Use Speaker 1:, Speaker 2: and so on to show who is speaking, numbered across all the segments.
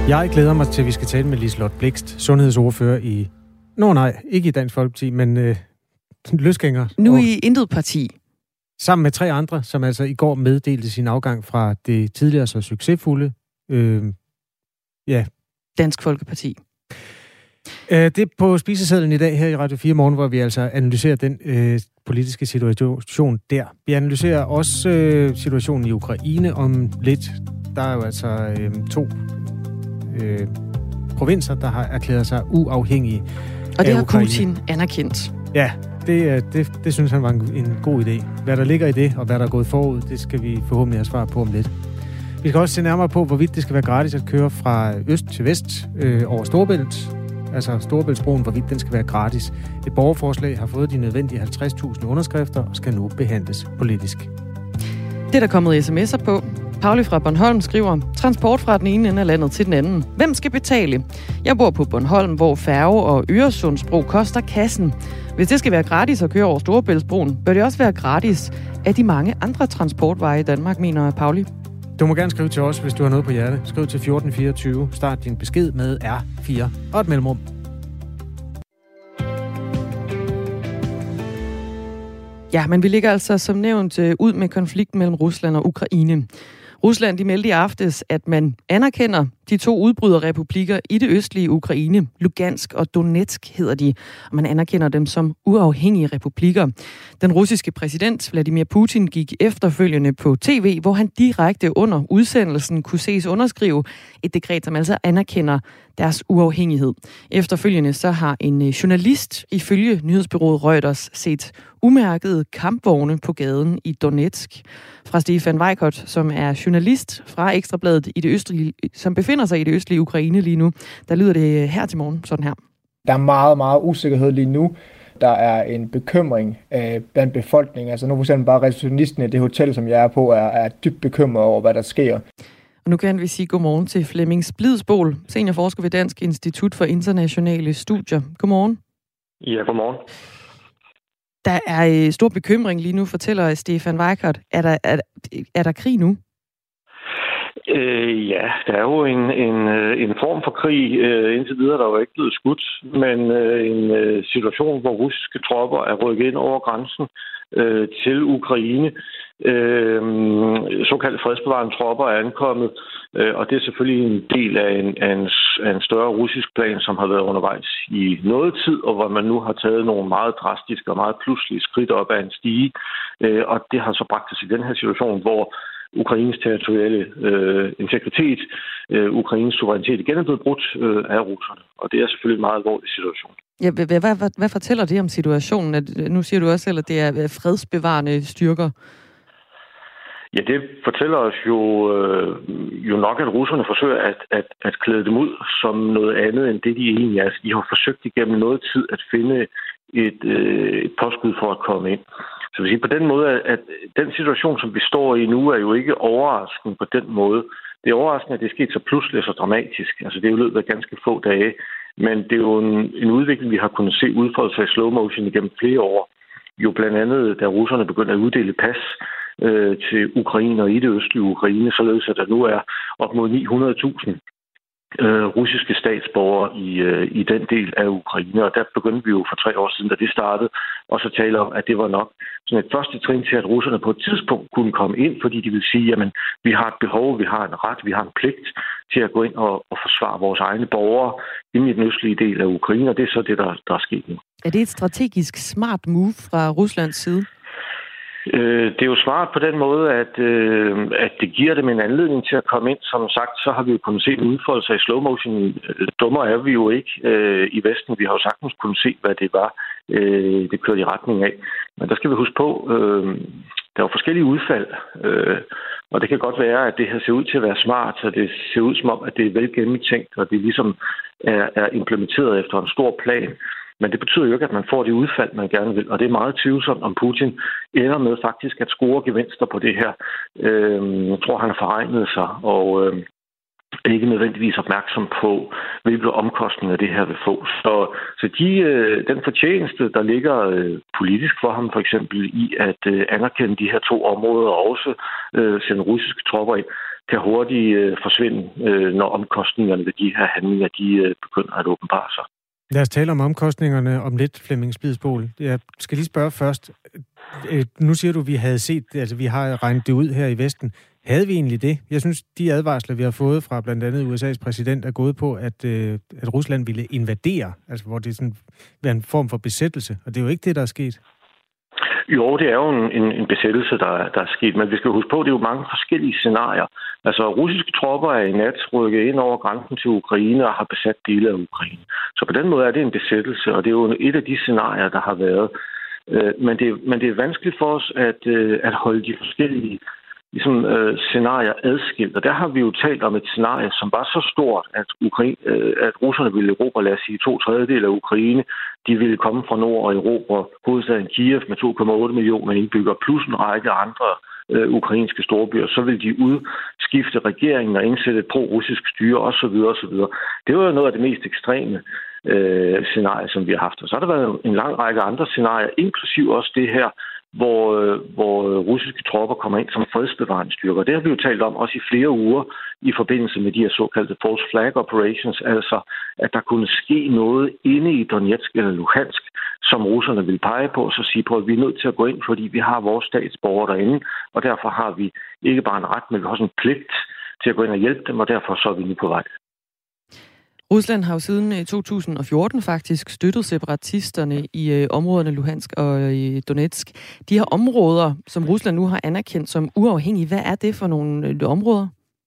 Speaker 1: Jeg glæder mig til, at vi skal tale med Liselott Blixt, sundhedsordfører i... ikke i Dansk Folkeparti, men løsgænger.
Speaker 2: Nu i Intet Parti.
Speaker 1: Sammen med 3 andre, som altså i går meddelte sin afgang fra det tidligere så succesfulde...
Speaker 2: Dansk Folkeparti.
Speaker 1: Det er på spisesedlen i dag her i Radio 4 Morgen, hvor vi altså analyserer den politiske situation der. Vi analyserer også situationen i Ukraine om lidt. Der er jo altså 2 provinser, der har erklæret sig uafhængige.
Speaker 2: Og det har Putin anerkendt.
Speaker 1: Ja, det synes han var en god idé. Hvad der ligger i det, og hvad der er gået forud, det skal vi forhåbentlig have svar på om lidt. Vi skal også se nærmere på, hvorvidt det skal være gratis at køre fra øst til vest over Storebælt. Altså Storebæltsbroen, hvorvidt den skal være gratis. Et borgerforslag har fået de nødvendige 50.000 underskrifter og skal nu behandles politisk.
Speaker 2: Det er der kommet sms'er på. Pauli fra Bornholm skriver, transport fra den ene ende af landet til den anden. Hvem skal betale? Jeg bor på Bornholm, hvor færge og Øresundsbro koster kassen. Hvis det skal være gratis at køre over Storebæltsbroen, bør det også være gratis af de mange andre transportveje i Danmark, mener Pauli.
Speaker 1: Du må gerne skrive til os, hvis du har noget på hjerte. Skriv til 1424. Start din besked med R4 og et mellemrum.
Speaker 2: Ja, men vi ligger altså som nævnt ud med konflikten mellem Rusland og Ukraine. Rusland de meldte i aftes, at man anerkender de 2 udbryderrepublikker i det østlige Ukraine. Lugansk og Donetsk hedder de, og man anerkender dem som uafhængige republikker. Den russiske præsident Vladimir Putin gik efterfølgende på tv, hvor han direkte under udsendelsen kunne ses underskrive et dekret, som altså anerkender deres uafhængighed. Efterfølgende så har en journalist ifølge nyhedsbureauet Reuters set umærkede kampvogne på gaden i Donetsk. Fra Stefan Weikert, som er journalist fra Ekstrabladet i det østlige, som befinder sig i det østlige Ukraine lige nu. Der lyder det her til morgen sådan her.
Speaker 3: Der er meget, meget usikkerhed lige nu. Der er en bekymring blandt befolkningen. Altså nu for eksempel bare receptionisten i det hotel, som jeg er på, er dybt bekymret over, hvad der sker.
Speaker 2: Og nu kan vi sige godmorgen til Flemming Splidsbol, seniorforsker ved Dansk Institut for Internationale Studier. Godmorgen.
Speaker 4: Ja, godmorgen.
Speaker 2: Der er stor bekymring lige nu, fortæller Stefan Weikert. Er der krig nu?
Speaker 4: Ja, der er jo en form for krig. Indtil videre der er jo ikke blevet skudt, men en situation, hvor russiske tropper er rykket ind over grænsen til Ukraine. Såkaldte fredsbevarende tropper er ankommet, og det er selvfølgelig en del af en større russisk plan, som har været undervejs i noget tid, og hvor man nu har taget nogle meget drastiske og meget pludselige skridt op ad en stige. Og det har så bragt os i den her situation, hvor Ukraines territoriale integritet, Ukraines suverænitet igen er blevet brudt af russerne. Og det er selvfølgelig en meget alvorlig situation.
Speaker 2: Ja, hvad fortæller det om situationen? Nu siger du også selv, at det er fredsbevarende styrker.
Speaker 4: Ja, det fortæller os jo nok, at russerne forsøger at klæde dem ud som noget andet end det, de egentlig er. De har forsøgt igennem noget tid at finde et påskud for at komme ind. Så vil sige på den måde, at den situation, som vi står i nu, er jo ikke overraskende på den måde. Det er overraskende, at det er sket så pludseligt og så dramatisk. Altså det er jo løbet af ganske få dage. Men det er jo en udvikling, vi har kunnet se udfolde sig i slow motion igennem flere år. Jo blandt andet, da russerne begyndte at uddele pas til Ukraine og i det østlige Ukraine, således at der nu er op mod 900.000 russiske statsborgere i den del af Ukraine. Og der begyndte vi jo for 3 år siden, da det startede, og så tale om, at det var nok sådan et første trin til, at russerne på et tidspunkt kunne komme ind, fordi de vil sige, jamen, vi har et behov, vi har en ret, vi har en pligt til at gå ind og forsvare vores egne borgere inde i den østlige del af Ukraine, og det er så det, der er sket nu.
Speaker 2: Er det et strategisk smart move fra Ruslands side?
Speaker 4: Det er jo smart på den måde, at det giver dem en anledning til at komme ind. Som sagt, så har vi jo kunnet se en udfoldelse i slow motion. Dummer er vi jo ikke i Vesten. Vi har jo sagtens kunnet se, hvad det var, det kørte i retning af. Men der skal vi huske på, der er jo forskellige udfald. Og det kan godt være, at det her ser ud til at være smart, så det ser ud som om, at det er vel gennemtænkt, og det ligesom er implementeret efter en stor plan. Men det betyder jo ikke, at man får det udfald, man gerne vil. Og det er meget tvivlsomt, om Putin ender med faktisk at score gevinster på det her. Jeg tror, han har forregnet sig, og er ikke nødvendigvis opmærksom på, hvilke omkostninger det her vil få. Så den fortjeneste, der ligger politisk for ham, for eksempel i at anerkende de her 2 områder og også sende russiske tropper ind, kan hurtigt forsvinde, når omkostningerne ved de her handlinger, de begynder at åbenbare sig.
Speaker 1: Lad os tale om omkostningerne om lidt, Flemming Spidsbol. Jeg skal lige spørge først. Nu siger du, at vi havde set, altså vi har regnet det ud her i Vesten. Havde vi egentlig det? Jeg synes, de advarsler, vi har fået fra blandt andet USA's præsident, er gået på, at Rusland ville invadere, altså hvor det sådan var en form for besættelse. Og det er jo ikke det, der er sket.
Speaker 4: Jo, det er jo en besættelse, der er sket, men vi skal huske på, at det er jo mange forskellige scenarier. Altså, russiske tropper er i nat rykket ind over grænsen til Ukraine og har besat dele af Ukraine. Så på den måde er det en besættelse, og det er jo et af de scenarier, der har været. Men det er vanskeligt for os at holde de forskellige scenarier adskilt. Og der har vi jo talt om et scenarie, som var så stort, at russerne ville erobre, lad os sige, 2/3 af Ukraine. De ville komme fra nord og erobre hovedstaden Kiev med 2,8 millioner indbyggere, plus en række andre ukrainske storbyer. Så ville de udskifte regeringen og indsætte et pro-russisk styre osv. osv. Det var jo noget af det mest ekstreme scenarie, som vi har haft. Og så har der været en lang række andre scenarier, inklusiv også det her, hvor russiske tropper kommer ind som fredsbevarende styrker. Det har vi jo talt om også i flere uger i forbindelse med de her såkaldte false flag operations, altså at der kunne ske noget inde i Donetsk eller Luhansk, som russerne vil pege på, og så sige på, at vi er nødt til at gå ind, fordi vi har vores statsborgere derinde, og derfor har vi ikke bare en ret, men vi har også en pligt til at gå ind og hjælpe dem, og derfor så er vi nu på vej.
Speaker 2: Rusland har jo siden 2014 faktisk støttet separatisterne i områderne Luhansk og Donetsk. De her områder, som Rusland nu har anerkendt som uafhængige, hvad er det for nogle områder?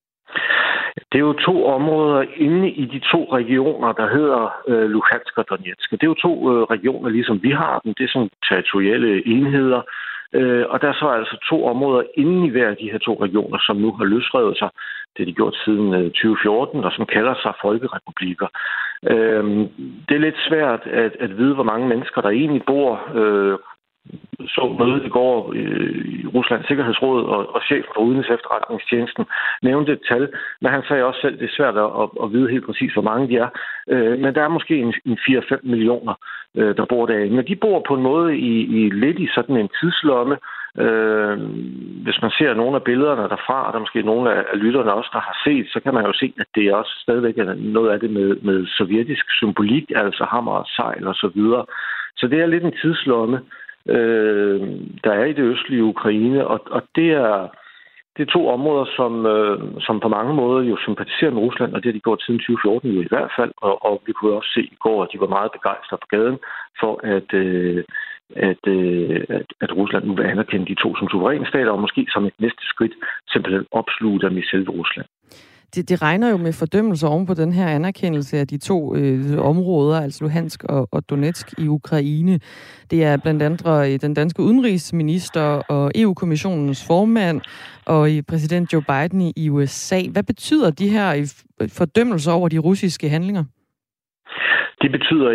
Speaker 4: Det er jo 2 områder inde i de 2 regioner, der hedder Luhansk og Donetsk. Det er jo 2 regioner, ligesom vi har dem. Det er sådan territorielle enheder. Og der er så altså 2 områder inde i hver af de her 2 regioner, som nu har løsrevet sig. Det har de gjort siden 2014, og som kalder sig folkerepublikker. Det er lidt svært at vide, hvor mange mennesker, der egentlig bor. Så mødet i går i Ruslands Sikkerhedsråd, og chefen for Udenrigs Efterretningstjenesten nævnte et tal, men han sagde også selv, at det er svært at vide helt præcis, hvor mange de er. Men der er måske en 4-5 millioner, der bor derinde. Men de bor på en måde lidt i sådan en tidslomme. Hvis man ser nogle af billederne derfra, og der er måske nogle af lytterne også, der har set, så kan man jo se, at det også stadigvæk er noget af det med sovjetisk symbolik, altså hammer og sejl og så videre. Så det er lidt en tidslomme, der er i det østlige Ukraine, og det er 2 områder, som på mange måder jo sympatiserer med Rusland, og det har de gjort siden 2014 jo i hvert fald, og vi kunne også se i går, at de var meget begejstrede på gaden for, at Rusland nu vil anerkende de 2 som suveræne stater, og måske som et næste skridt simpelthen opsluge dem i selve Rusland.
Speaker 2: Det regner jo med fordømmelse oven på den her anerkendelse af de 2 områder, altså Luhansk og Donetsk i Ukraine. Det er blandt andet den danske udenrigsminister og EU-kommissionens formand og præsident Joe Biden i USA. Hvad betyder de her fordømmelser over de russiske handlinger?
Speaker 4: De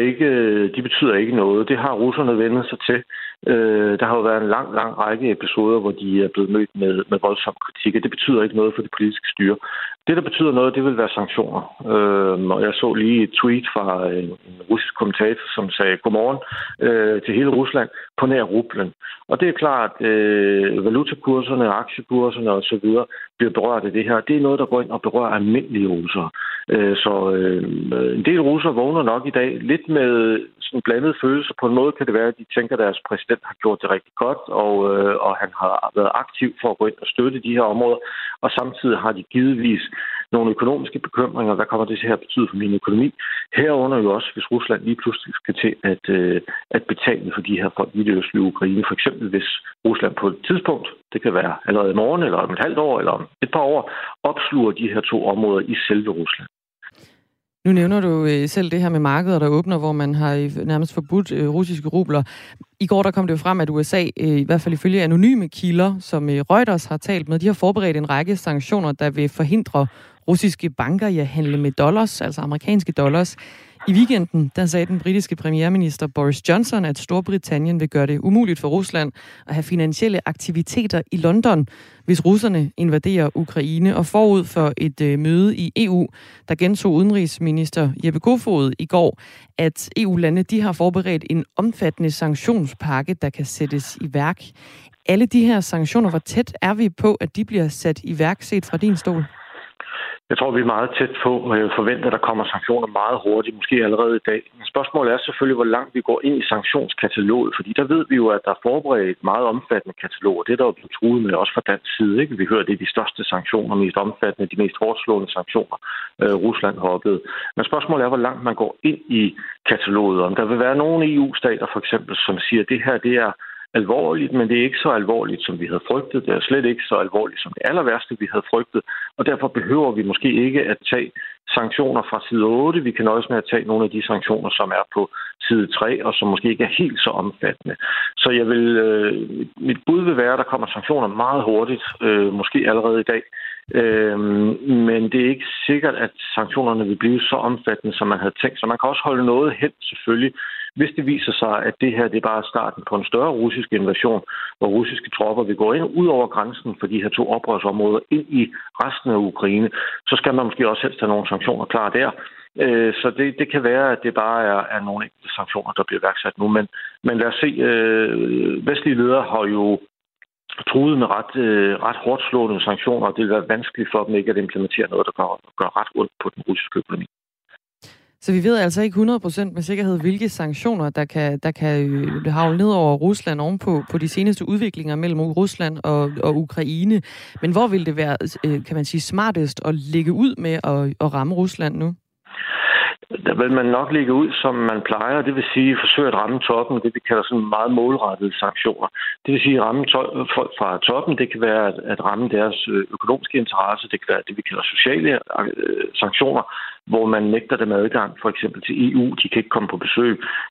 Speaker 4: betyder ikke noget. Det har russerne vendt sig til. Der har jo været en lang række episoder, hvor de er blevet mødt med voldsom kritik, og det betyder ikke noget for det politiske styre. Det, der betyder noget, det vil være sanktioner. Og jeg så lige et tweet fra en russisk kommentator, som sagde godmorgen til hele Rusland på nær rublen. Og det er klart, at valutakurserne, aktiekurserne osv. bliver berørt af det her. Det er noget, der går ind og berører almindelige russere. Så en del russere vågner nok i dag lidt med sådan blandede følelser. På en måde kan det være, at de tænker, at deres præsident har gjort det rigtig godt, og han har været aktiv for at gå ind og støtte de her områder. Og samtidig har de givetvis nogle økonomiske bekymringer. Hvad kommer det til at betyde for min økonomi? Herunder jo også, hvis Rusland lige pludselig skal til at betale for de her folk i det østlige Ukraine. For eksempel hvis Rusland på et tidspunkt, det kan være allerede i morgen, eller om et halvt år, eller om et par år, opsluger de her 2 områder i selve Rusland.
Speaker 2: Nu nævner du selv det her med markeder, der åbner, hvor man har nærmest forbudt russiske rubler. I går der kom det jo frem, at USA, i hvert fald ifølge anonyme kilder, som Reuters har talt med, de har forberedt en række sanktioner, der vil forhindre russiske banker i at handle med dollars, altså amerikanske dollars. I weekenden, der sagde den britiske premierminister Boris Johnson, at Storbritannien vil gøre det umuligt for Rusland at have finansielle aktiviteter i London, hvis russerne invaderer Ukraine. Og forud for et møde i EU, der gentog udenrigsminister Jeppe Kofod i går, at EU-lande de har forberedt en omfattende sanktionspakke, der kan sættes i værk. Alle de her sanktioner, hvor tæt er vi på, at de bliver sat i værk set fra din stol?
Speaker 4: Jeg tror, vi er meget tæt på, og jeg forventer, at der kommer sanktioner meget hurtigt, måske allerede i dag. Spørgsmålet er selvfølgelig, hvor langt vi går ind i sanktionskataloget, fordi der ved vi jo, at der er forberedt et meget omfattende katalog, og det er der jo blevet truet med, også fra dansk side. Ikke? Vi hører, at det er de største sanktioner, mest omfattende, de mest hårdslående sanktioner, Rusland har oplevet. Men spørgsmålet er, hvor langt man går ind i kataloget. Om der vil være nogle EU-stater, for eksempel, som siger, at det her det er alvorligt, men det er ikke så alvorligt, som vi havde frygtet. Det er slet ikke så alvorligt som det aller værste, vi havde frygtet. Og derfor behøver vi måske ikke at tage sanktioner fra side 8. Vi kan nøjes med at tage nogle af de sanktioner, som er på side 3, og som måske ikke er helt så omfattende. Så mit bud vil være, at der kommer sanktioner meget hurtigt, måske allerede i dag. Men det er ikke sikkert, at sanktionerne vil blive så omfattende, som man havde tænkt. Så man kan også holde noget hen, selvfølgelig, hvis det viser sig, at det her det er bare starten på en større russisk invasion, hvor russiske tropper vil gå ind ud over grænsen for de her 2 oprørsområder ind i resten af Ukraine, så skal man måske også helst have nogle sanktioner klar der. Så det kan være, at det bare er nogle enkelte sanktioner, der bliver værksat nu. Men lad os se, vestlige ledere har jo truet med ret hårdt slående sanktioner, og det vil være vanskeligt for dem ikke at implementere noget, der gør ret ondt på den russiske økonomi.
Speaker 2: Så vi ved altså ikke 100% med sikkerhed, hvilke sanktioner, der kan havle ned over Rusland ovenpå på de seneste udviklinger mellem Rusland og Ukraine. Men hvor vil det være, kan man sige, smartest at lægge ud med at ramme Rusland nu?
Speaker 4: Der vil man nok ligge ud, som man plejer. Det vil sige, forsøge at ramme toppen. Det vi kalder sådan meget målrettede sanktioner. Det vil sige, at ramme folk fra toppen. Det kan være at ramme deres økonomiske interesse. Det kan være det, vi kalder sociale sanktioner, hvor man nægter dem adgang, for eksempel til EU. De kan ikke komme på besøg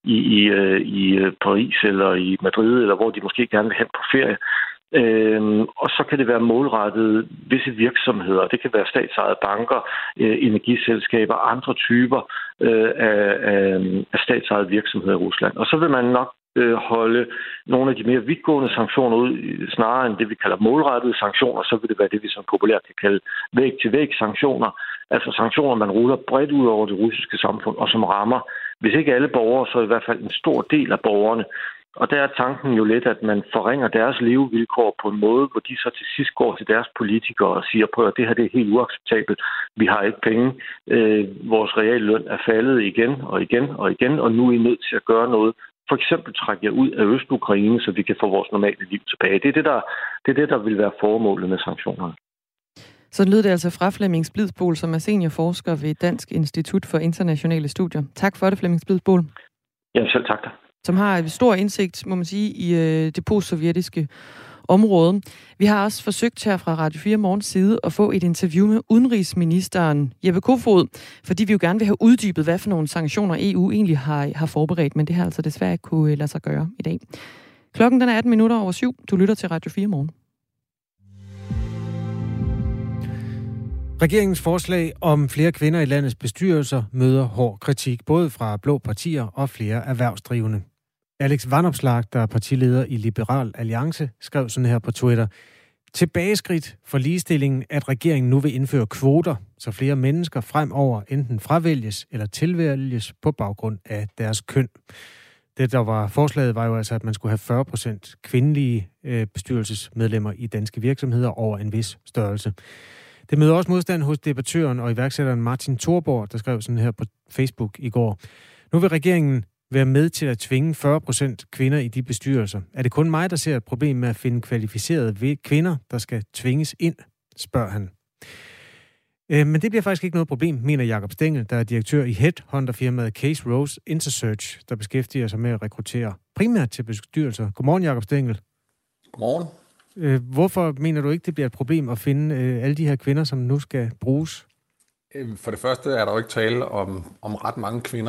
Speaker 4: i Paris eller i Madrid, eller hvor de måske gerne vil hen på ferie. Og så kan det være målrettet visse virksomheder. Det kan være statsejede banker, energiselskaber, andre typer af statsejede virksomheder i Rusland. Og så vil man nok holde nogle af de mere vidtgående sanktioner ud, snarere end det, vi kalder målrettede sanktioner. Så vil det være det, vi som populært kan kalde væg-til-væg sanktioner. Altså sanktioner, man ruller bredt ud over det russiske samfund, og som rammer, hvis ikke alle borgere, så i hvert fald en stor del af borgerne. Og der er tanken jo lidt, at man forringer deres levevilkår på en måde, hvor de så til sidst går til deres politikere og siger, prøv at det her det er helt uacceptabelt. Vi har ikke penge. Vores realløn er faldet igen og igen og igen, og nu er I nødt til at gøre noget. For eksempel trække jer ud af Øst-Ukraine, så vi kan få vores normale liv tilbage. Det er det, der vil være formålet med sanktionerne.
Speaker 2: Så lød det altså fra Flemming Splidsboel, som er seniorforsker ved Dansk Institut for Internationale Studier. Tak for det, Flemming Splidsboel.
Speaker 4: Ja, selv tak da.
Speaker 2: Som har stor indsigt, må man sige, i det postsovjetiske område. Vi har også forsøgt her fra Radio 4 Morgens side at få et interview med udenrigsministeren Jeppe Kofod, fordi vi jo gerne vil have uddybet, hvad for nogle sanktioner EU egentlig har forberedt, men det har altså desværre ikke kunne lade sig gøre i dag. Klokken den er 7:18. Du lytter til Radio 4 Morgen.
Speaker 1: Regeringens forslag om flere kvinder i landets bestyrelser møder hård kritik, både fra blå partier og flere erhvervsdrivende. Alex Vanopslagh, der er partileder i Liberal Alliance, skrev sådan her på Twitter: tilbageskridt for ligestillingen, at regeringen nu vil indføre kvoter, så flere mennesker fremover enten fravælges eller tilvælges på baggrund af deres køn. Det, der var forslaget, var jo altså, at man skulle have 40% kvindelige bestyrelsesmedlemmer i danske virksomheder over en vis størrelse. Det møder også modstand hos debattøren og iværksætteren Martin Thorborg, der skrev sådan her på Facebook i går. Nu vil regeringen være med til at tvinge 40% kvinder i de bestyrelser. Er det kun mig, der ser et problem med at finde kvalificerede kvinder, der skal tvinges ind, spørger han. Men det bliver faktisk ikke noget problem, mener Jakob Stengel, der er direktør i headhunterfirmaet Case Rose Intersearch, der beskæftiger sig med at rekruttere primært til bestyrelser. Godmorgen, Jakob Stengel.
Speaker 5: Godmorgen.
Speaker 1: Hvorfor mener du ikke, det bliver et problem at finde alle de her kvinder, som nu skal bruges?
Speaker 5: For det første er der jo ikke tale om ret mange kvinder.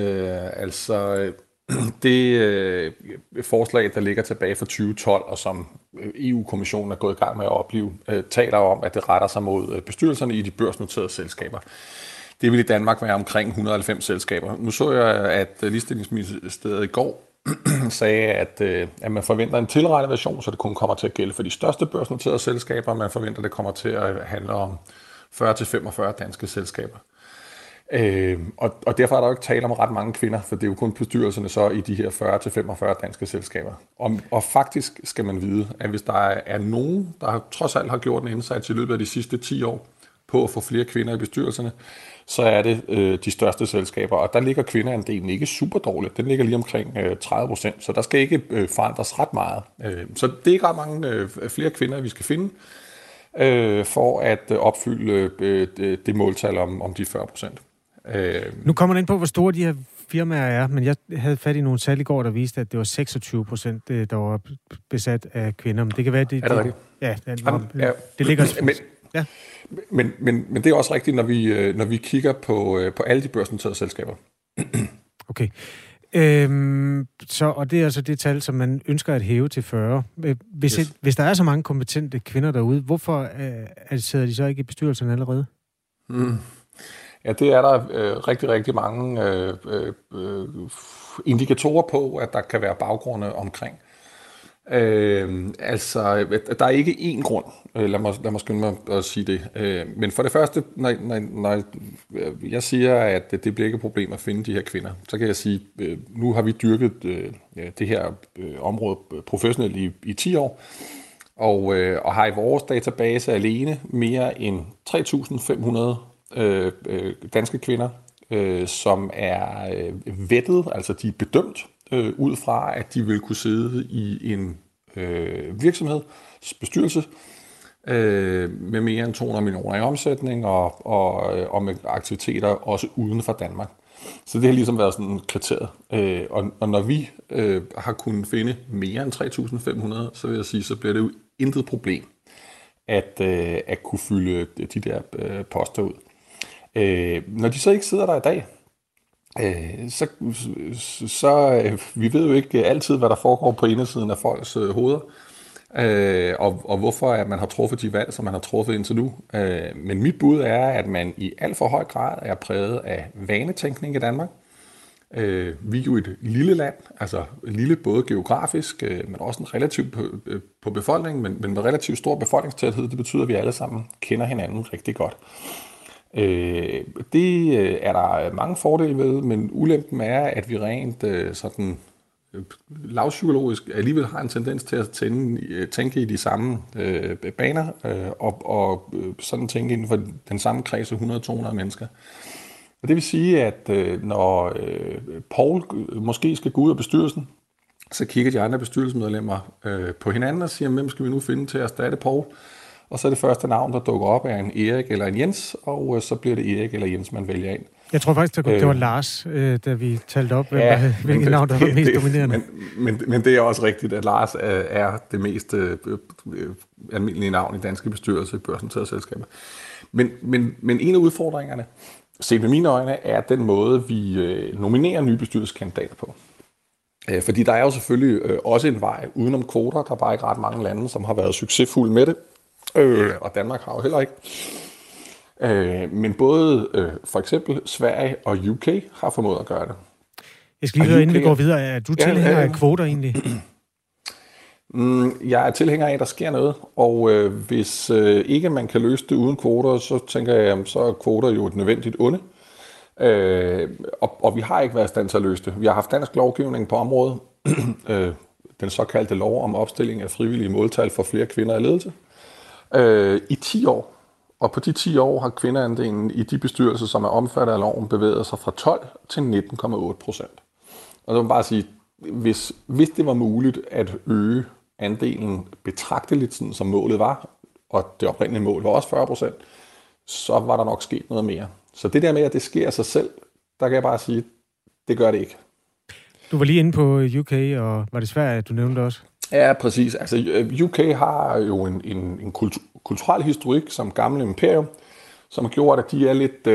Speaker 5: Det forslag, der ligger tilbage fra 2012, og som EU-kommissionen er gået i gang med at opleve, taler om, at det retter sig mod bestyrelserne i de børsnoterede selskaber. Det vil i Danmark være omkring 190 selskaber. Nu så jeg, at Ligestillingsministeriet i går sagde, at man forventer en tilrettet version, så det kun kommer til at gælde for de største børsnoterede selskaber. Man forventer, at det kommer til at handle om 40-45 danske selskaber. Og derfor er der jo ikke tale om ret mange kvinder, for det er jo kun bestyrelserne så i de her 40-45 danske selskaber. Og faktisk skal man vide, at hvis der er nogen, der trods alt har gjort en indsats i løbet af de sidste 10 år, på at få flere kvinder i bestyrelserne, så er det de største selskaber. Og der ligger kvindeandelen ikke super dårligt. Den ligger lige omkring 30%, så der skal ikke forandres ret meget. Så det er ikke ret mange flere kvinder, vi skal finde, for at opfylde det måltal om de 40%.
Speaker 1: Nu kommer man ind på, hvor store de her firmaer er, men jeg havde fat i nogle tal i går, der viste, at det var 26%, der var besat af kvinder. Men det kan være, det...
Speaker 5: Er det rigtigt?
Speaker 1: Ja, det ligger...
Speaker 5: Ja. Men det er også rigtigt, når vi kigger på alle de børsnoterede selskaber.
Speaker 1: Okay. Og det er altså det tal, som man ønsker at hæve til 40. Hvis der er så mange kompetente kvinder derude, hvorfor sidder de så ikke i bestyrelsen allerede?
Speaker 5: Ja, det er der rigtig, rigtig mange indikatorer på, at der kan være baggrunde omkring. Der er ikke én grund, lad mig skynde mig at sige det. Men for det første, når jeg siger, at det bliver ikke et problem at finde de her kvinder, så kan jeg sige, nu har vi dyrket det her område professionelt i 10 år, og har i vores database alene mere end 3.500 danske kvinder, som er vettet, altså de er bedømt ud fra, at de vil kunne sidde i en virksomheds bestyrelse med mere end 200 millioner i omsætning og med aktiviteter også uden for Danmark. Så det har ligesom været sådan kriteriet. Og når vi har kunnet finde mere end 3.500, så vil jeg sige, så bliver det jo intet problem at kunne fylde de der poster ud. Når de så ikke sidder der i dag, så vi ved jo ikke altid, hvad der foregår på indersiden af folks hoveder, og hvorfor at man har truffet de valg, som man har truffet indtil nu. Men mit bud er, at man i alt for høj grad er præget af vanetænkning i Danmark. Vi er jo et lille land, altså lille både geografisk, men også en relativt på befolkningen, men med relativt stor befolkningstæthed. Det betyder, at vi alle sammen kender hinanden rigtig godt. Det er der mange fordele ved, men ulempen er, at vi rent sådan lavpsykologisk alligevel har en tendens til at tænke i de samme baner og sådan tænke inden for den samme kreds af 100-200 mennesker. Og det vil sige, at når Poul måske skal gå ud af bestyrelsen, så kigger de andre bestyrelsesmedlemmer på hinanden og siger, hvem skal vi nu finde til at erstatte Poul? Og så er det første navn, der dukker op, er en Erik eller en Jens, og så bliver det Erik eller Jens, man vælger ind.
Speaker 1: Jeg tror faktisk, det var Lars, da vi talte op, hvilket navn, der var mest dominerende.
Speaker 5: Men det er også rigtigt, at Lars er det mest almindelige navn i danske bestyrelser i børsnoterede selskaber. Men en af udfordringerne, set med mine øjne, er den måde, vi nominerer nye bestyrelseskandidater på. Fordi der er jo selvfølgelig også en vej udenom kvoter. Der er bare ikke ret mange lande, som har været succesfulde med det. Og Danmark har jo heller ikke. Men både for eksempel Sverige og UK har formået at gøre det.
Speaker 1: Jeg skal lige høre, inden vi går videre. Er du tilhænger af kvoter egentlig?
Speaker 5: Jeg er tilhænger af, at der sker noget. Og hvis ikke man kan løse det uden kvoter, så tænker jeg, så er kvoter jo et nødvendigt onde. Og vi har ikke været i stand til at løse det. Vi har haft dansk lovgivning på området. Den såkaldte lov om opstilling af frivillige måltal for flere kvinder i ledelse. I 10 år. Og på de 10 år har kvindeandelen i de bestyrelser, som er omfattet af loven, bevæget sig fra 12 til 19,8%. Og så må bare sige, hvis det var muligt at øge andelen betragteligt, sådan som målet var, og det oprindelige mål var også 40%, så var der nok sket noget mere. Så det der med, at det sker af sig selv, der kan jeg bare sige, det gør det ikke.
Speaker 1: Du var lige inde på UK, og var det Sverige, du nævnte også?
Speaker 5: Ja, præcis. Altså, UK har jo en kulturel historik som gammel imperium, som har gjort, at de er lidt,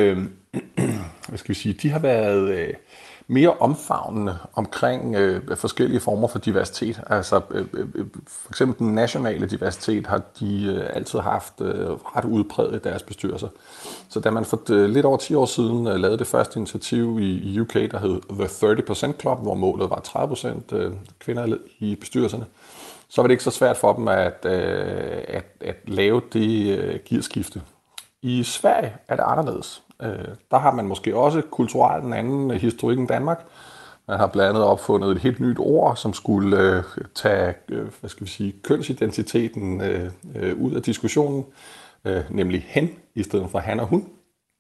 Speaker 5: de har været mere omfavnende omkring forskellige former for diversitet. Altså, for eksempel den nationale diversitet har de altid haft ret udpræget i deres bestyrelser. Så da man for lidt over 10 år siden lavede det første initiativ i UK, der hed The 30% Club, hvor målet var 30% kvinder i bestyrelserne, så var det ikke så svært for dem at lave det gearskifte. I Sverige er det anderledes. Der har man måske også kulturelt en anden historik end Danmark. Man har blandt andet opfundet et helt nyt ord, som skulle tage kønsidentiteten ud af diskussionen. nemlig hen i stedet for han og hun.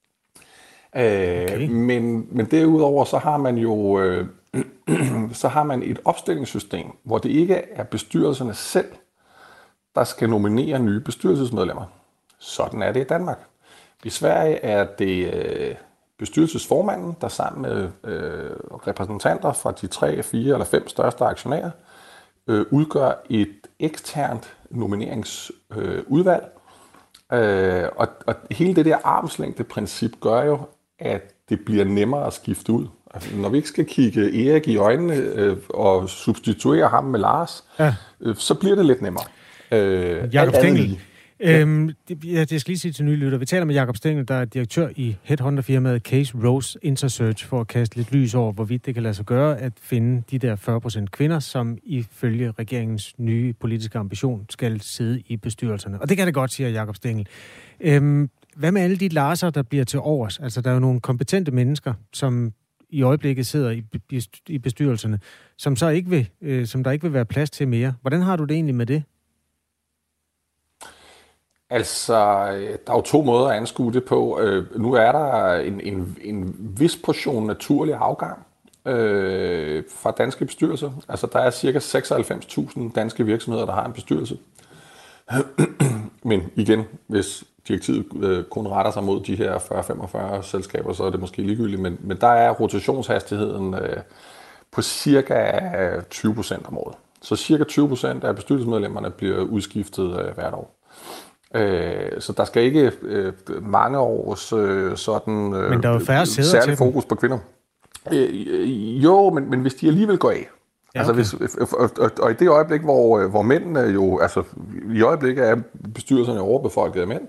Speaker 5: Okay. Men derudover så har man jo så har man et opstillingssystem, hvor det ikke er bestyrelserne selv, der skal nominere nye bestyrelsesmedlemmer. Sådan er det i Danmark. I Sverige er det bestyrelsesformanden, der sammen med repræsentanter fra de 3, 4 eller 5 største aktionærer udgør et eksternt nomineringsudvalg. Og hele det der armslængdeprincip gør jo, at det bliver nemmere at skifte ud. Altså, når vi ikke skal kigge Erik i øjnene og substituere ham med Lars, så bliver det lidt nemmere.
Speaker 1: Jakob Stengel. Det skal lige sige til nye lytter. Vi taler med Jakob Stengel, der er direktør i headhunterfirmaet Case Rose Intersearch, for at kaste lidt lys over, hvorvidt det kan lade sig gøre at finde de der 40% kvinder, som ifølge regeringens nye politiske ambition skal sidde i bestyrelserne. Og det kan det godt, siger Jakob Stengel. Hvad med alle de Larser, der bliver til overs? Altså, der er jo nogle kompetente mennesker, som i øjeblikket sidder i bestyrelserne, som så ikke vil, som der ikke vil være plads til mere. Hvordan har du det egentlig med det?
Speaker 5: Altså, der er jo 2 måder at anskue det på. Nu er der en vis portion naturlig afgang fra danske bestyrelser. Altså, der er cirka 96.000 danske virksomheder, der har en bestyrelse. Men igen, hvis direktivet kun retter sig mod de her 40-45 selskaber, så er det måske ligegyldigt. Men der er rotationshastigheden på cirka 20% om året. Så cirka 20% af bestyrelsesmedlemmerne bliver udskiftet hvert år. Så der skal ikke mange års sådan
Speaker 1: men der er jo færre
Speaker 5: særlig fokus på kvinder. Jo, men hvis de alligevel går af. Ja, okay. Altså og i det øjeblik, hvor mændene jo, altså i øjeblikket er bestyrelserne overbefolket af mænd,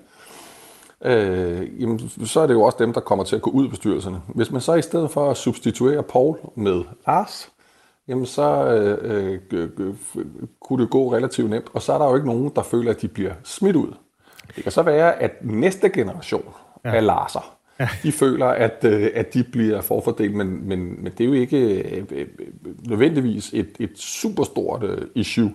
Speaker 5: jamen, så er det jo også dem, der kommer til at gå ud af bestyrelserne. Hvis man så i stedet for at substituere Paul med Lars, jamen så kunne det gå relativt nemt. Og så er der jo ikke nogen, der føler, at de bliver smidt ud. Det kan så være, at næste generation af Larser, de føler, at de bliver forfordelt, men det er jo ikke nødvendigvis et superstort issue.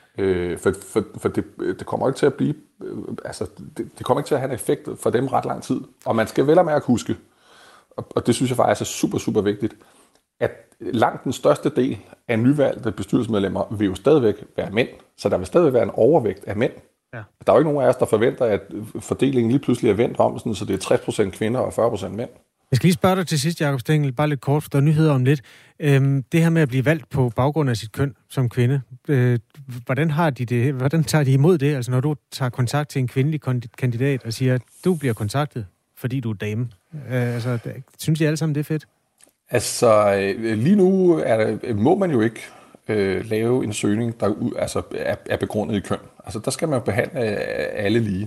Speaker 5: For det kommer ikke til at blive, altså det kommer ikke til at have en effekt for dem ret lang tid. Og man skal vel og mærke huske, og det synes jeg faktisk er super, super vigtigt, at langt den største del af nyvalgte bestyrelsesmedlemmer vil jo stadigvæk være mænd, så der vil stadigvæk være en overvægt af mænd. Ja. Der er jo ikke nogen af os, der forventer, at fordelingen lige pludselig er vendt om, sådan, så det er 60% kvinder og 40% mænd. Jeg
Speaker 1: skal lige spørge dig til sidst, Jakob Stengel, bare lidt kort, for der er nyheder om lidt. Det her med at blive valgt på baggrund af sit køn som kvinde, hvordan har de det? Hvordan tager de imod det? Altså når du tager kontakt til en kvindelig kandidat og siger, at du bliver kontaktet, fordi du er dame. Synes I alle sammen, det er fedt? Altså,
Speaker 5: lige nu må man jo ikke lave en søgning, der er begrundet i køn. Altså, der skal man jo behandle alle lige.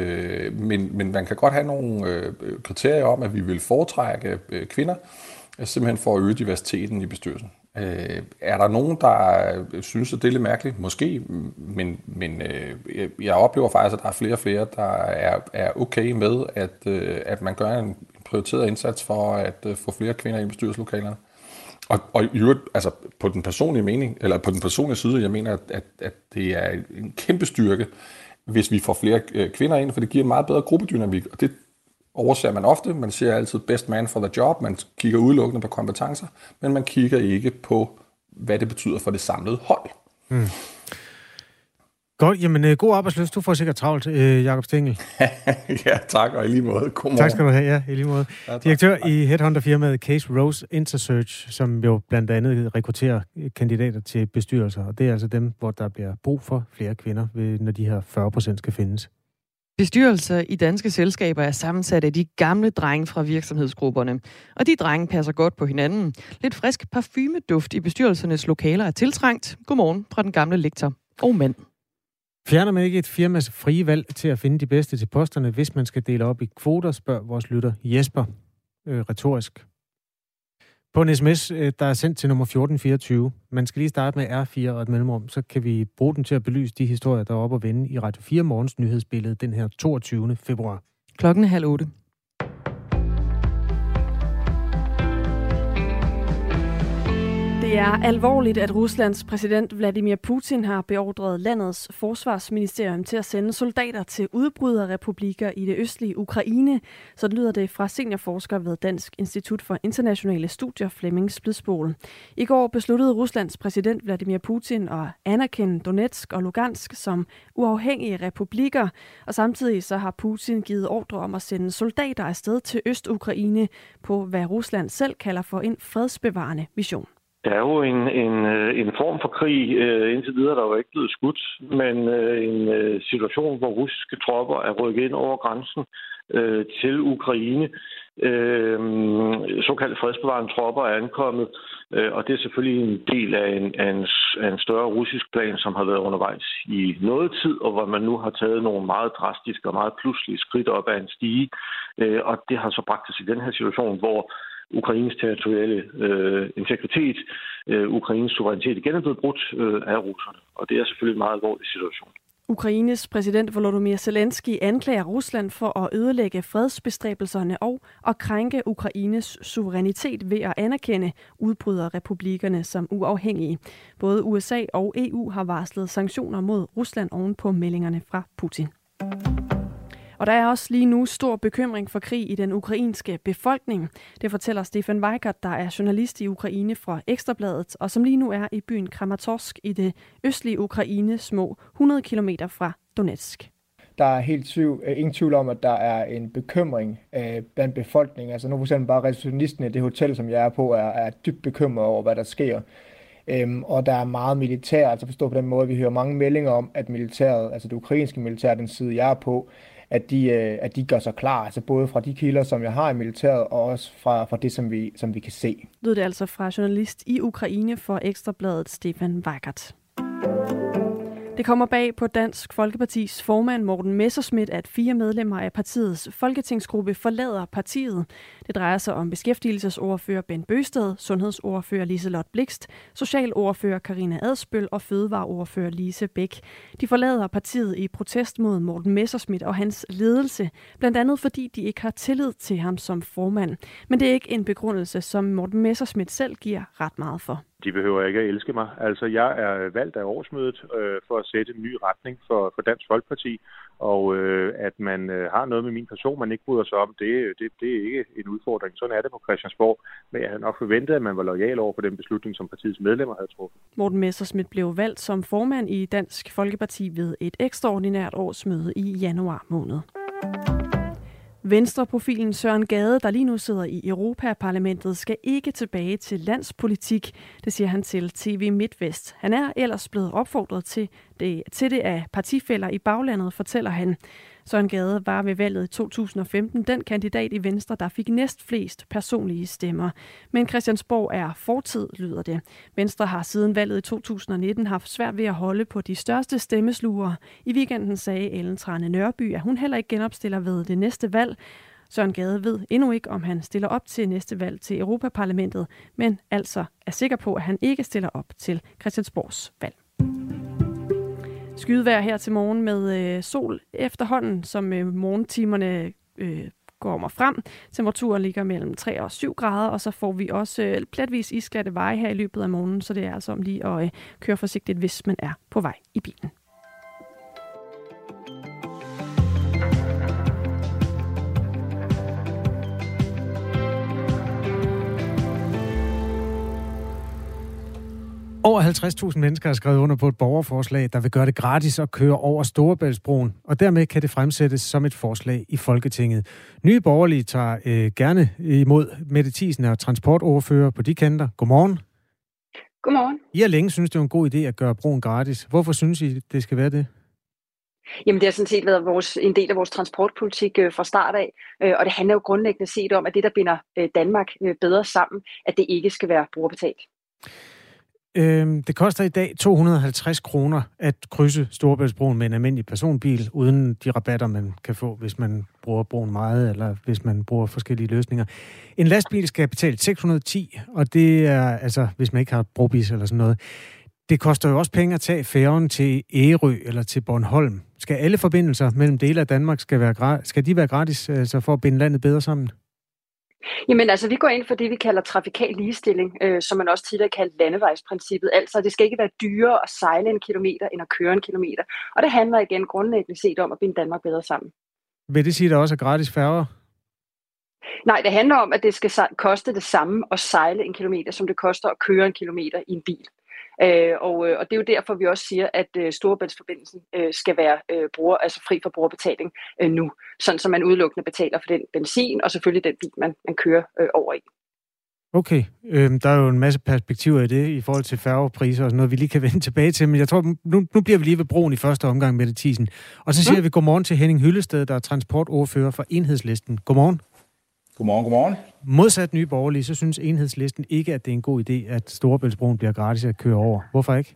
Speaker 5: Men man kan godt have nogle kriterier om, at vi vil foretrække kvinder, simpelthen for at øge diversiteten i bestyrelsen. Er der nogen, der synes, at det er lidt mærkeligt? Måske, men jeg oplever faktisk, at der er flere og flere, der er okay med, at man gør en prioriteret indsats for at få flere kvinder i bestyrelseslokalerne. Og i øvrigt, altså på den personlige mening, eller på den personlige side, jeg mener, at det er en kæmpe styrke, hvis vi får flere kvinder ind, for det giver en meget bedre gruppedynamik, og det overser man ofte. Man siger altid best man for the job, man kigger udelukkende på kompetencer, men man kigger ikke på, hvad det betyder for det samlede hold.
Speaker 1: Godt, jamen god arbejdslyst. Du får sikkert travlt, Jakob Stengel.
Speaker 5: Ja, tak, og i lige måde. Godmorgen.
Speaker 1: Tak skal du have, ja, i lige måde. Ja, direktør i headhunterfirmaet Case Rose Intersearch, som jo blandt andet rekrutterer kandidater til bestyrelser, og det er altså dem, hvor der bliver brug for flere kvinder, når de her 40% skal findes.
Speaker 2: Bestyrelser i danske selskaber er sammensat af de gamle drenge fra virksomhedsgrupperne. Og de drenge passer godt på hinanden. Lidt frisk parfumeduft i bestyrelsernes lokaler er tiltrængt. Godmorgen fra den gamle lektor og mand.
Speaker 1: Fjerner man ikke et firmas frie valg til at finde de bedste til posterne, hvis man skal dele op i kvoter, spørger vores lytter Jesper retorisk. På en sms, der er sendt til nummer 1424. Man skal lige starte med R4 og et mellemrum, så kan vi bruge den til at belyse de historier, der er oppe at vende i Radio 4 Morgens nyhedsbillede den her 22. februar.
Speaker 2: 7:30.
Speaker 6: Det er alvorligt, at Ruslands præsident Vladimir Putin har beordret landets forsvarsministerium til at sende soldater til udbryderrepublikker i det østlige Ukraine. Så lyder det fra seniorforsker ved Dansk Institut for Internationale Studier, Flemming Splidsboel. I går besluttede Ruslands præsident Vladimir Putin at anerkende Donetsk og Lugansk som uafhængige republikker, og samtidig så har Putin givet ordre om at sende soldater afsted til Øst-Ukraine på, hvad Rusland selv kalder for en fredsbevarende mission.
Speaker 4: Der er jo en form for krig. Indtil videre der er jo ikke blevet skudt, men en situation, hvor russiske tropper er rykket ind over grænsen til Ukraine. Såkaldte fredsbevarende tropper er ankommet, og det er selvfølgelig en del af en større russisk plan, som har været undervejs i noget tid, og hvor man nu har taget nogle meget drastiske og meget pludselige skridt op ad en stige. Og det har så bragt os i den her situation, hvor Ukraines territoriale integritet, Ukraines suverænitet igen er blevet brudt af russerne. Og det er selvfølgelig en meget alvorlig situation.
Speaker 6: Ukraines præsident Volodymyr Zelensky anklager Rusland for at ødelægge fredsbestræbelserne og at krænke Ukraines suverænitet ved at anerkende udbryderrepublikkerne som uafhængige. Både USA og EU har varslet sanktioner mod Rusland oven på meldingerne fra Putin. Og der er også lige nu stor bekymring for krig i den ukrainske befolkning. Det fortæller Stefan Weikert, der er journalist i Ukraine fra Ekstrabladet, og som lige nu er i byen Kramatorsk i det østlige Ukraine, små 100 kilometer fra Donetsk.
Speaker 3: Der er ingen tvivl om, at der er en bekymring blandt befolkningen. Altså nu for eksempel bare receptionisten i det hotel, som jeg er på, er dybt bekymret over, hvad der sker. Og der er meget militær, altså forstå på den måde, vi hører mange meldinger om, at militæret, altså det ukrainske militær, den side jeg er på, at de gør sig klar, altså både fra de kilder, som jeg har i militæret, og også fra det, som vi kan se.
Speaker 6: Lød det altså fra journalist i Ukraine for Ekstrabladet Stefan Weikert. Det kommer bag på Dansk Folkepartis formand Morten Messerschmidt, at 4 medlemmer af partiets folketingsgruppe forlader partiet. Det drejer sig om beskæftigelsesordfører Bent Bøgsted, sundhedsordfører Liselott Blixt, socialordfører Karina Adsbøl og fødevareordfører Lise Bæk. De forlader partiet i protest mod Morten Messerschmidt og hans ledelse, blandt andet fordi de ikke har tillid til ham som formand. Men det er ikke en begrundelse, som Morten Messerschmidt selv giver ret meget for.
Speaker 7: De behøver ikke at elske mig. Altså, jeg er valgt af årsmødet for at sætte en ny retning for Dansk Folkeparti, og at man har noget med min person, man ikke bryder sig om, det er ikke en udfordring. Sådan er det på Christiansborg, men jeg havde nok forventet, at man var loyal over for den beslutning, som partiets medlemmer havde truffet.
Speaker 6: Morten Messerschmidt blev valgt som formand i Dansk Folkeparti ved et ekstraordinært årsmøde i januar måned. Venstreprofilen Søren Gade, der lige nu sidder i Europaparlamentet, skal ikke tilbage til landspolitik. Det siger han til TV MidtVest. Han er ellers blevet opfordret til det af partifæller i baglandet, fortæller han. Søren Gade var ved valget i 2015 den kandidat i Venstre, der fik næstflest personlige stemmer. Men Christiansborg er fortid, lyder det. Venstre har siden valget i 2019 haft svært ved at holde på de største stemmeslugere. I weekenden sagde Ellen Trane Nørby, at hun heller ikke genopstiller ved det næste valg. Søren Gade ved endnu ikke, om han stiller op til næste valg til Europaparlamentet, men altså er sikker på, at han ikke stiller op til Christiansborgs valg. Skydevejr her til morgen med sol efterhånden, som morgentimerne går mig frem. Temperaturen ligger mellem 3 og 7 grader, og så får vi også pletvis isglatte veje her i løbet af morgenen, så det er altså om lige at køre forsigtigt, hvis man er på vej i bilen.
Speaker 1: Over 50.000 mennesker har skrevet under på et borgerforslag, der vil gøre det gratis at køre over Storebæltsbroen, og dermed kan det fremsættes som et forslag i Folketinget. Nye Borgerlige tager gerne imod Mette Thiesen og transportordfører på de kanter. Godmorgen.
Speaker 8: Godmorgen.
Speaker 1: I har længe synes, det er en god idé at gøre broen gratis. Hvorfor synes I, det skal være det?
Speaker 8: Jamen, det har sådan set været en del af vores transportpolitik fra start af, og det handler jo grundlæggende set om, at det, der binder Danmark bedre sammen, at det ikke skal være brugerbetalt.
Speaker 1: Det koster i dag 250 kroner at krydse Storebæltsbroen med en almindelig personbil, uden de rabatter, man kan få, hvis man bruger broen meget, eller hvis man bruger forskellige løsninger. En lastbil skal betale 610, og det er altså, hvis man ikke har brobis eller sådan noget. Det koster jo også penge at tage færgen til Ærø eller til Bornholm. Skal alle forbindelser mellem dele af Danmark skal de være gratis, altså for at binde landet bedre sammen?
Speaker 8: Jamen altså, vi går ind for det, vi kalder trafikal ligestilling, som man også tidligere kaldte landevejsprincippet. Altså, det skal ikke være dyrere at sejle en kilometer, end at køre en kilometer. Og det handler igen grundlæggende set om at binde Danmark bedre sammen.
Speaker 1: Vil det sige, at der også er gratis færger?
Speaker 8: Nej, det handler om, at det skal koste det samme at sejle en kilometer, som det koster at køre en kilometer i en bil. Og det er jo derfor, vi også siger, at Storebæltsforbindelsen skal være fri for brugerbetaling nu, sådan så man udelukkende betaler for den benzin, og selvfølgelig den bil, man kører over i.
Speaker 1: Okay, der er jo en masse perspektiver i det, i forhold til færgepriser og sådan noget, vi lige kan vende tilbage til, men jeg tror, nu bliver vi lige ved broen i første omgang, Mette Thiesen. Og så siger vi godmorgen til Henning Hyllested, der er transportordfører for Enhedslisten. Godmorgen.
Speaker 9: Godmorgen.
Speaker 1: Modsat Nye Borgerlige, så synes Enhedslisten ikke, at det er en god idé, at Storebæltsbroen bliver gratis at køre over. Hvorfor ikke?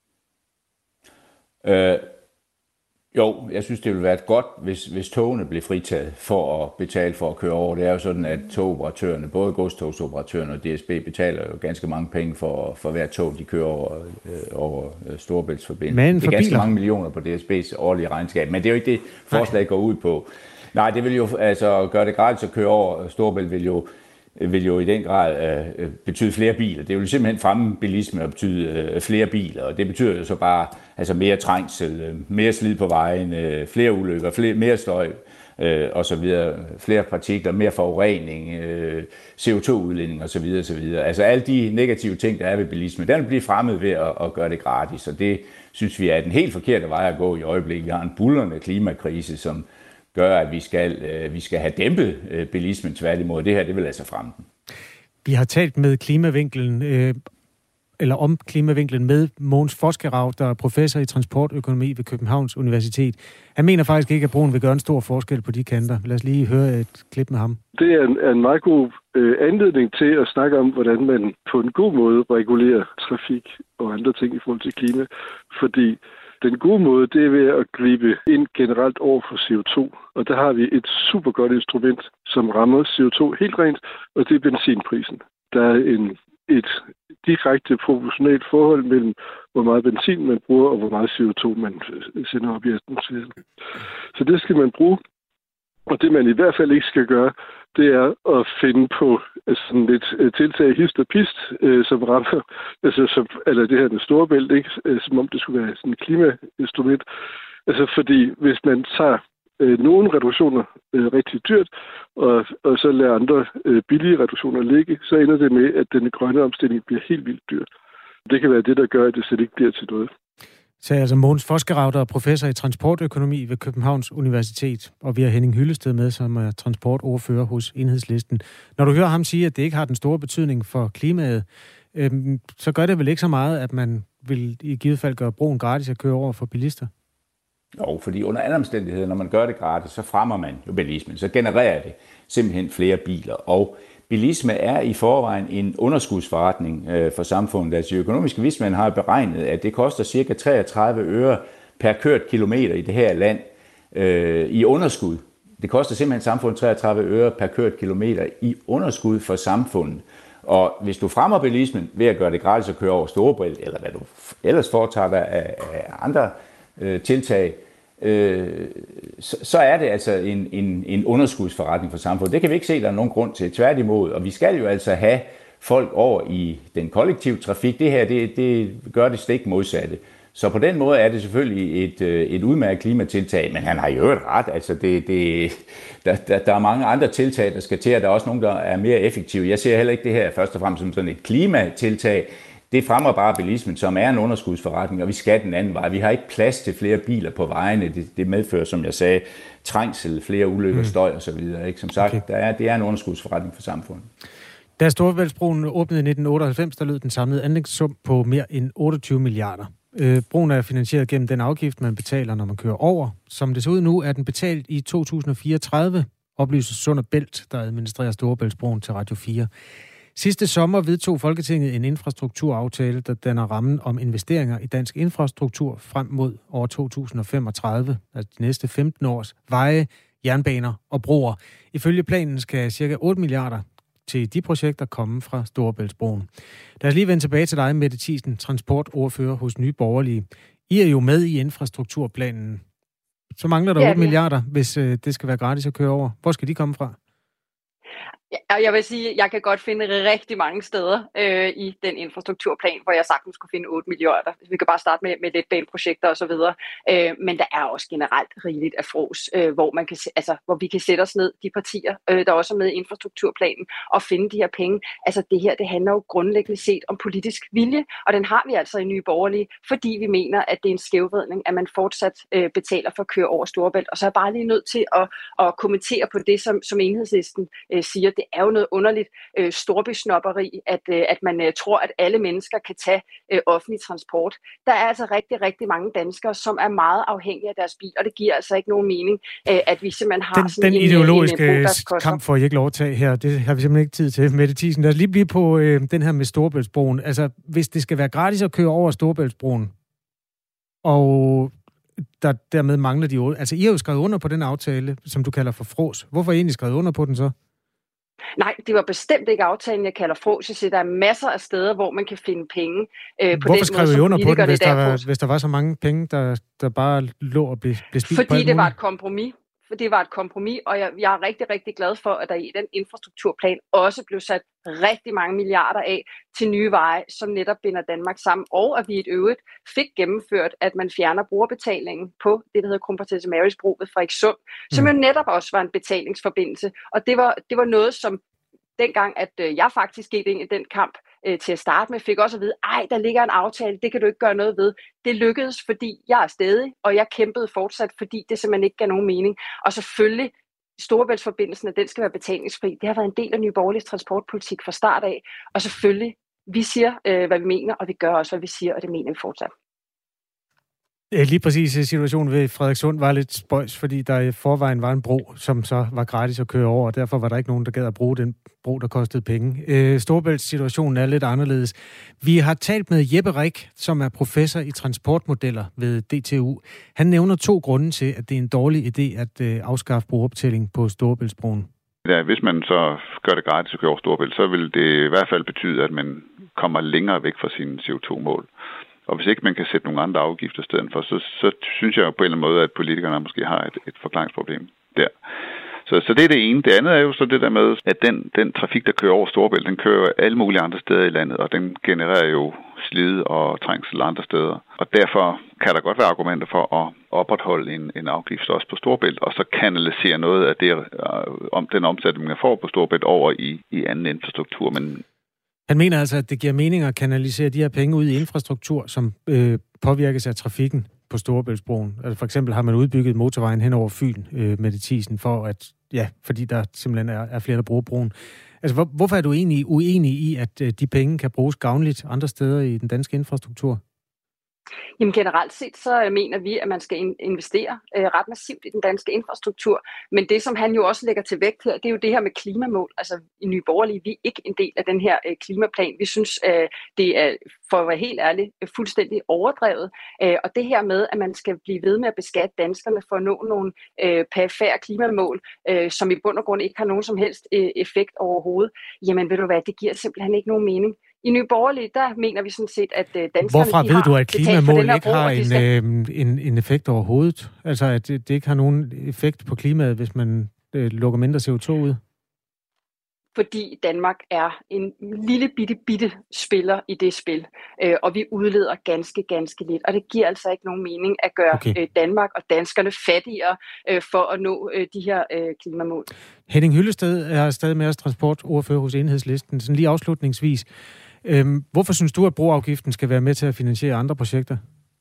Speaker 9: Jo, jeg synes, det ville være godt, hvis togene blev fritaget for at betale for at køre over. Det er jo sådan, at togoperatørerne, både godstogsoperatørerne og DSB, betaler jo ganske mange penge for hver tog, de kører over Storebæltsforbindelsen. Det er ganske mange millioner på DSB's årlige regnskab, men det er jo ikke det, forslaget går ud på. Nej, det vil jo altså gøre det gratis at køre over Storebælt vil jo i den grad betyde flere biler. Det vil simpelthen fremme bilisme og betyde flere biler, og det betyder jo så bare altså mere trængsel, mere slid på vejen, flere ulykker, mere støj og så videre, flere partikler, mere forurening, CO2-udledning og så videre, så videre. Altså alle de negative ting, der er ved bilisme, den vil blive fremmet ved at gøre det gratis, og det synes vi er den helt forkerte vej at gå i øjeblikket. Vi har en buldrende klimakrise, som gør, at vi skal have dæmpet bilismen tværtimod. Det her, det vil altså fremme den.
Speaker 1: Vi har talt med om klimavinklen med Mogens Fosgerau, der er professor i transportøkonomi ved Københavns Universitet. Han mener faktisk ikke, at broen vil gøre en stor forskel på de kanter. Lad os lige høre et klip med ham.
Speaker 10: Det er en meget god anledning til at snakke om, hvordan man på en god måde regulerer trafik og andre ting i forhold til klima. Fordi den gode måde, det er ved at gribe ind generelt over for CO2. Og der har vi et super godt instrument, som rammer CO2 helt rent, og det er benzinprisen. Der er et direkte proportionalt forhold mellem, hvor meget benzin man bruger, og hvor meget CO2 man sender op i atmosfæren. Så det skal man bruge. Og det man i hvert fald ikke skal gøre, det er at finde på sådan lidt tiltag hist og pist, som rammer, eller det her med Storebælt, ikke? Som om det skulle være sådan et klimainstrument. Altså fordi hvis man tager nogle reduktioner rigtig dyrt, og så lader andre billige reduktioner ligge, så ender det med, at den grønne omstilling bliver helt vildt dyr. Det kan være det, der gør, at det slet ikke bliver til noget.
Speaker 1: Så altså Mogens Fosgerau, der er professor i transportøkonomi ved Københavns Universitet, og vi har Henning Hyllested med, som er transportordfører hos Enhedslisten. Når du hører ham sige, at det ikke har den store betydning for klimaet, så gør det vel ikke så meget, at man vil i givet fald gøre broen gratis at køre over for bilister?
Speaker 9: Jo, fordi under alle omstændigheder, når man gør det gratis, så fremmer man jo bilismen. Så genererer det simpelthen flere biler. Og bilisme er i forvejen en underskudsforretning for samfundet. Altså de økonomiske vismænd har beregnet, at det koster ca. 33 øre per kørt kilometer i det her land i underskud. Det koster simpelthen samfundet 33 øre per kørt kilometer i underskud for samfundet. Og hvis du fremmer bilismen ved at gøre det gratis at køre over Storebælt, eller hvad du ellers foretager dig af andre tiltag, så er det altså en underskudsforretning for samfundet. Det kan vi ikke se, der er nogen grund til. Tværtimod, og vi skal jo altså have folk over i den kollektive trafik. Det her, det gør det stik modsatte. Så på den måde er det selvfølgelig et udmærket klimatiltag, men han har jo et ret. Altså der er mange andre tiltag, der skal til, og der er også nogle, der er mere effektive. Jeg ser heller ikke det her først og fremmest som sådan et klimatiltag. Det fremmer bare bilismen, som er en underskudsforretning, og vi skal den anden vej. Vi har ikke plads til flere biler på vejene. Det medfører, som jeg sagde, trængsel, flere ulykker, støj og så videre. Ikke? Som sagt, okay. Det er en underskudsforretning for samfundet.
Speaker 1: Da Storebæltsbroen åbnede i 1998, der lød den samlede anlægssum på mere end 28 milliarder. Broen er finansieret gennem den afgift, man betaler, når man kører over. Som det ser ud nu, er den betalt i 2034, oplyser Sund & Bælt, der administrerer Storebæltsbroen til Radio 4. Sidste sommer vedtog Folketinget en infrastrukturaftale, der danner rammen om investeringer i dansk infrastruktur frem mod år 2035, altså de næste 15 års veje, jernbaner og broer. Ifølge planen skal ca. 8 milliarder til de projekter komme fra Storebæltsbroen. Lad os lige vende tilbage til dig, Mette Thiesen, transportordfører hos Nye Borgerlige. I er jo med i infrastrukturplanen. Så mangler der 8 milliarder, hvis det skal være gratis at køre over. Hvor skal de komme fra?
Speaker 8: Ja, jeg vil sige, at jeg kan godt finde rigtig mange steder i den infrastrukturplan, hvor jeg sagtens skulle finde 8 milliarder. Vi kan bare starte med letbaneprojekter osv. Men der er også generelt rigeligt af frås, hvor vi kan sætte os ned, de partier, der også er med i infrastrukturplanen, og finde de her penge. Altså det her, det handler jo grundlæggende set om politisk vilje, og den har vi altså i Nye Borgerlige, fordi vi mener, at det er en skævvridning, at man fortsat betaler for at køre over Storebælt. Og så er jeg bare lige nødt til at kommentere på det, som Enhedslisten siger. Det er jo noget underligt storbysnopperi, at man tror, at alle mennesker kan tage offentlig transport. Der er altså rigtig, rigtig mange danskere, som er meget afhængige af deres bil, og det giver altså ikke nogen mening, at vi simpelthen har
Speaker 1: den ideologiske kamp får I ikke lov at tage her. Det har vi simpelthen ikke tid til. Mette Thiesen, lad os lige blive på den her med Storebæltsbroen. Altså, hvis det skal være gratis at køre over Storebæltsbroen, og der dermed mangler de jo... Altså, I har jo skrevet under på den aftale, som du kalder for frås. Hvorfor har I egentlig skrevet under på den så?
Speaker 8: Nej, det var bestemt ikke aftalen, jeg kalder frås. Jeg siger, der er masser af steder, hvor man kan finde penge.
Speaker 1: Hvorfor skrev I under på den, hvis der var så mange penge, der bare lå og blev spildt?
Speaker 8: Fordi det var et kompromis. Og jeg er rigtig, rigtig glad for, at der i den infrastrukturplan også blev sat rigtig mange milliarder af til nye veje, som netop binder Danmark sammen, og at vi i et øvrigt fik gennemført, at man fjerner brugerbetalingen på det, der hedder Kronprinsesse Marys Bro ved Frederikssund, som jo netop også var en betalingsforbindelse. Og det var noget, som dengang, at jeg faktisk gik ind i den kamp til at starte med, fik også at vide, der ligger en aftale, det kan du ikke gøre noget ved. Det lykkedes, fordi jeg er stædig, og jeg kæmpede fortsat, fordi det simpelthen ikke gav nogen mening. Og selvfølgelig, Storebæltsforbindelsen, at den skal være betalingsfri. Det har været en del af Nye Borgerliges transportpolitik fra start af. Og selvfølgelig, vi siger, hvad vi mener, og vi gør også, hvad vi siger, og det mener vi fortsat.
Speaker 1: Lige præcis situationen ved Frederikssund var lidt spøjs, fordi der i forvejen var en bro, som så var gratis at køre over, og derfor var der ikke nogen, der gad at bruge den bro, der kostede penge. Storebælts-situationen er lidt anderledes. Vi har talt med Jeppe Rik, som er professor i transportmodeller ved DTU. Han nævner 2 grunde til, at det er en dårlig idé at afskaffe brugerbetaling på Storebæltsbroen.
Speaker 11: Ja, hvis man så gør det gratis at køre over Storebælt, så vil det i hvert fald betyde, at man kommer længere væk fra sine CO2-mål. Og hvis ikke man kan sætte nogle andre afgifter i stedet for, så synes jeg jo på en eller anden måde, at politikerne måske har et forklaringsproblem der. Så det er det ene. Det andet er jo så det der med, at den trafik, der kører over Storebælt, den kører alle mulige andre steder i landet, og den genererer jo slid og trængsel andre steder. Og derfor kan der godt være argumenter for at opretholde en afgift også på Storebælt, og så kanalisere noget af det, om den omsætning, man får på Storebælt over i anden infrastruktur. Men
Speaker 1: han mener altså, at det giver mening at kanalisere de her penge ud i infrastruktur, som påvirkes af trafikken på Storebæltsbroen. Altså for eksempel har man udbygget motorvejen hen over Fyn med det Thiesen, fordi der simpelthen er flere, der bruger broen. Altså hvorfor er du egentlig uenig i, at de penge kan bruges gavnligt andre steder i den danske infrastruktur?
Speaker 8: Jamen generelt set, så mener vi, at man skal investere ret massivt i den danske infrastruktur. Men det, som han jo også lægger til vægt her, det er jo det her med klimamål. Altså i Nye Borgerlige, vi er ikke en del af den her klimaplan. Vi synes, det er, for at være helt ærlig, fuldstændig overdrevet. Og det her med, at man skal blive ved med at beskatte danskerne for at nå nogle perifære klimamål, som i bund og grund ikke har nogen som helst effekt overhovedet, jamen ved du hvad, det giver simpelthen ikke nogen mening. I Nye Borgerlige, der mener vi sådan set, at danskerne...
Speaker 1: Hvorfra ved du, at klimamål ikke har en effekt overhovedet? Altså, at det ikke har nogen effekt på klimaet, hvis man lukker mindre CO2 ud?
Speaker 8: Fordi Danmark er en lille bitte spiller i det spil, og vi udleder ganske lidt. Og det giver altså ikke nogen mening at gøre Danmark og danskerne fattigere for at nå de her klimamål.
Speaker 1: Henning Hyllested er stadig med os, transportordfører hos Enhedslisten. Sådan lige afslutningsvis. Hvorfor synes du, at broafgiften skal være med til at finansiere andre projekter?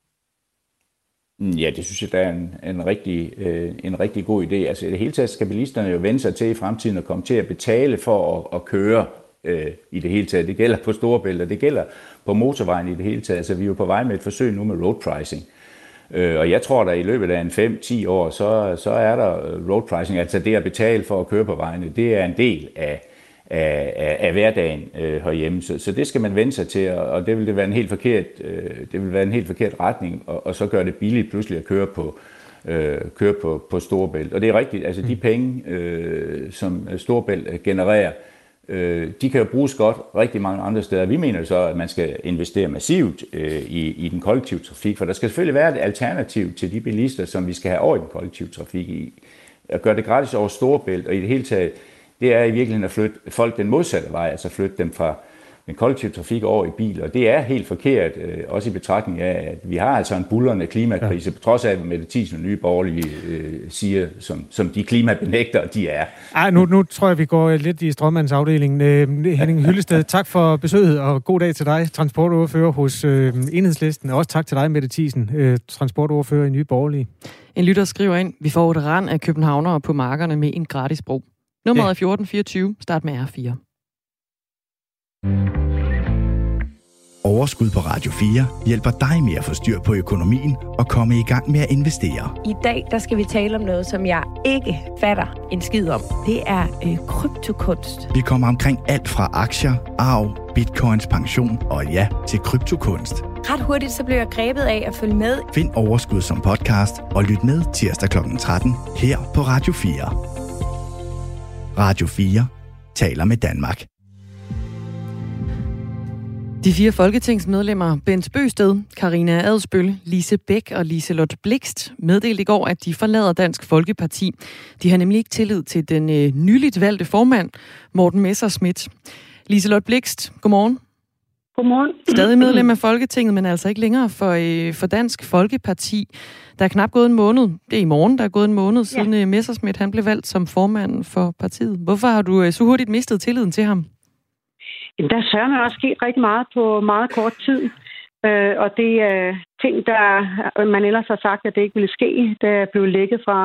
Speaker 9: Ja, det synes jeg, der er en rigtig god idé. Altså i det hele taget skal bilisterne jo vende sig til i fremtiden at komme til at betale for at køre i det hele taget. Det gælder på Storebælt, og det gælder på motorvejen i det hele taget. Altså vi er jo på vej med et forsøg nu med road pricing. Og jeg tror, at i løbet af 5-10 år, så er der road pricing, altså det at betale for at køre på vejene, det er en del af hverdagen herhjemme. Så det skal man vende sig til, og det vil være en helt forkert retning, og så gøre det billigt pludselig at køre på Storebælt. Og det er rigtigt, altså de penge, som Storebælt genererer, de kan jo bruges godt rigtig mange andre steder. Vi mener så, at man skal investere massivt i den kollektive trafik, for der skal selvfølgelig være et alternativ til de bilister, som vi skal have over i den kollektive trafik. At gøre det gratis over Storebælt, og i det hele taget det er i virkeligheden at flytte folk den modsatte vej, altså flytte dem fra den kollektive trafik over i bil, og det er helt forkert, også i betragtning af, at vi har altså en buldrende klimakrise, på trods af, at Mette Thiesen og Nye Borgerlige siger, som de klimabenægtere, de er.
Speaker 1: Ej, nu tror jeg, vi går lidt i stråmandsafdelingen. Henning Hyllested, tak for besøget, og god dag til dig, transportordfører hos Enhedslisten, og også tak til dig, Mette Thiesen, transportordfører i Nye Borgerlige.
Speaker 2: En lytter skriver ind, vi får et rand af københavnere på markerne med en gratis bro. Nummeret er 1424, start med R4.
Speaker 12: Overskud på Radio 4 hjælper dig med at få styr på økonomien og komme i gang med at investere.
Speaker 13: I dag der skal vi tale om noget, som jeg ikke fatter en skid om. Det er kryptokunst.
Speaker 12: Vi kommer omkring alt fra aktier, arv, bitcoins, pension og ja, til kryptokunst.
Speaker 13: Ret hurtigt så blev jeg grebet af at følge med.
Speaker 12: Find Overskud som podcast og lyt med tirsdag kl. 13 her på Radio 4. Radio 4 taler med Danmark.
Speaker 2: De 4 folketingsmedlemmer, Bent Bøgsted, Karina Adsbøl, Lise Bæk og Liselott Blixt, meddelte i går, at de forlader Dansk Folkeparti. De har nemlig ikke tillid til den nyligt valgte formand, Morten Messerschmidt. Liselott Blixt, godmorgen.
Speaker 14: Godmorgen.
Speaker 2: Stadig medlem af Folketinget, men altså ikke længere for Dansk Folkeparti. Der er knap gået en måned. Det er i morgen, der er gået en måned siden Messerschmidt han blev valgt som formand for partiet. Hvorfor har du så hurtigt mistet tilliden til ham?
Speaker 14: Jamen, der sørger man også sket rigtig meget på meget kort tid. Og det er ting, der man ellers har sagt, at det ikke ville ske. Der blev lækket fra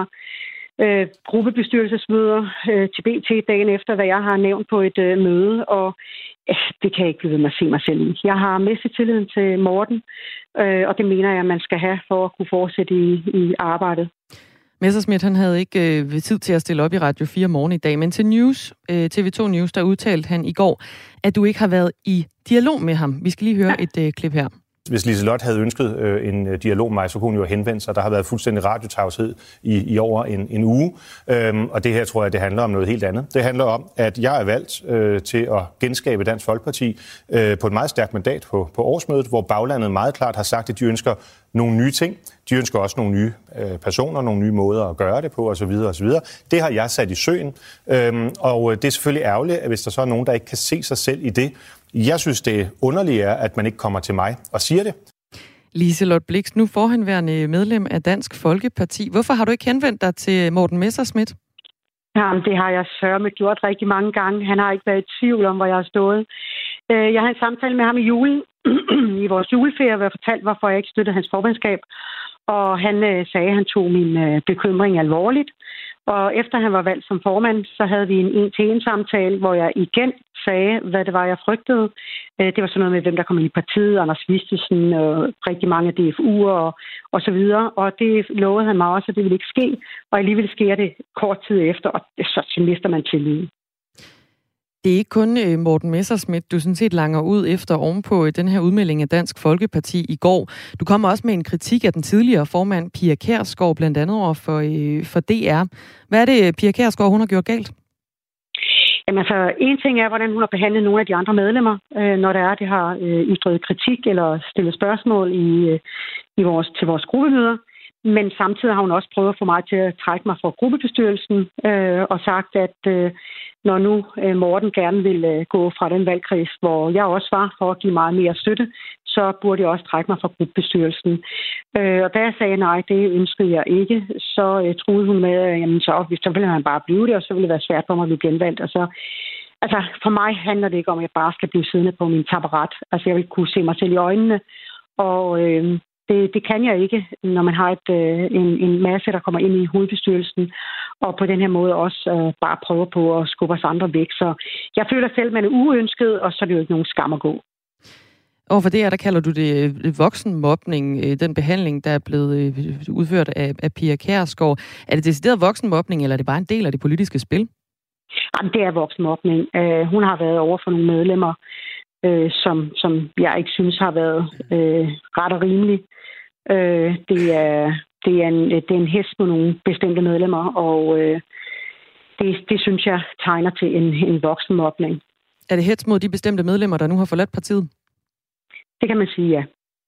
Speaker 14: gruppebestyrelsesmøder til BT dagen efter, hvad jeg har nævnt på et møde. Og det kan jeg ikke blive ved med at se mig selv i. Jeg har mistet tilliden til Morten, og det mener jeg, at man skal have for at kunne fortsætte i arbejdet.
Speaker 2: Messerschmidt, han havde ikke tid til at stille op i Radio 4 morgen i dag, men til TV2 News, der udtalte han i går, at du ikke har været i dialog med ham. Vi skal lige høre et klip her.
Speaker 15: Hvis Liselott havde ønsket en dialog med mig, så kunne hun jo henvende sig. Der har været fuldstændig radiotavshed i over en uge. Og det her tror jeg, det handler om noget helt andet. Det handler om, at jeg er valgt til at genskabe Dansk Folkeparti på et meget stærkt mandat på årsmødet, hvor baglandet meget klart har sagt, at de ønsker nogle nye ting. De ønsker også nogle nye personer, nogle nye måder at gøre det på osv. osv. Det har jeg sat i søen. Og det er selvfølgelig ærgerligt, at hvis der så er nogen, der ikke kan se sig selv i det. Jeg synes, det underlige er, at man ikke kommer til mig og siger det.
Speaker 2: Liselott Blixt, nu forhenværende medlem af Dansk Folkeparti. Hvorfor har du ikke henvendt dig til Morten Messerschmidt?
Speaker 14: Jamen, det har jeg sørme gjort rigtig mange gange. Han har ikke været i tvivl om, hvor jeg har stået. Jeg havde en samtale med ham i julen, i vores juleferie, hvor jeg fortalte, hvorfor jeg ikke støttede hans formandskab. Og han sagde, at han tog min bekymring alvorligt. Og efter han var valgt som formand, så havde vi en en-til-en-samtale, hvor jeg igen sagde, hvad det var, jeg frygtede. Det var sådan noget med, hvem der kom ind i partiet, Anders Vistisen, og rigtig mange af DFU'er og så videre. Og det lovede han mig også, at det ville ikke ske. Og alligevel sker det kort tid efter, og så mister man tillid.
Speaker 2: Det er ikke kun Morten Messerschmidt, du sådan set langer ud efter ovenpå den her udmelding af Dansk Folkeparti i går. Du kommer også med en kritik af den tidligere formand, Pia Kjærsgaard, blandt andet over for DR. Hvad er det, Pia Kjærsgaard, hun har gjort galt?
Speaker 14: Jamen altså, en ting er, hvordan hun har behandlet nogle af de andre medlemmer, når det har ytret kritik eller stillet spørgsmål til vores gruppemøder. Men samtidig har hun også prøvet at få mig til at trække mig fra gruppebestyrelsen og sagt, at når nu Morten gerne vil gå fra den valgkreds, hvor jeg også var, for at give meget mere støtte, så burde jeg også trække mig fra gruppebestyrelsen. Og da jeg sagde nej, det ønskede jeg ikke, så troede hun med, at så ville man bare blive det, og så ville det være svært for mig at blive genvalgt. Og så, altså, for mig handler det ikke om, at jeg bare skal blive siddende på min taburet. Altså, jeg vil kunne se mig selv i øjnene, og det kan jeg ikke, når man har en masse, der kommer ind i hovedbestyrelsen, og på den her måde også bare prøver på at skubbe os andre væk. Så jeg føler selv, at man er uønsket, og så er det jo ikke nogen skam at gå.
Speaker 2: Overfor det her, der kalder du det voksenmobning, den behandling, der er blevet udført af Pia Kjærsgaard. Er det decideret voksenmobning, eller er det bare en del af det politiske spil?
Speaker 14: Jamen, det er voksenmobning. Hun har været over for nogle medlemmer, som jeg ikke synes har været ret og rimelig. Det er en hest på nogle bestemte medlemmer, og det synes jeg tegner til en voksenmobning.
Speaker 2: Er det hets mod de bestemte medlemmer, der nu har forladt partiet?
Speaker 14: Det kan man sige, ja.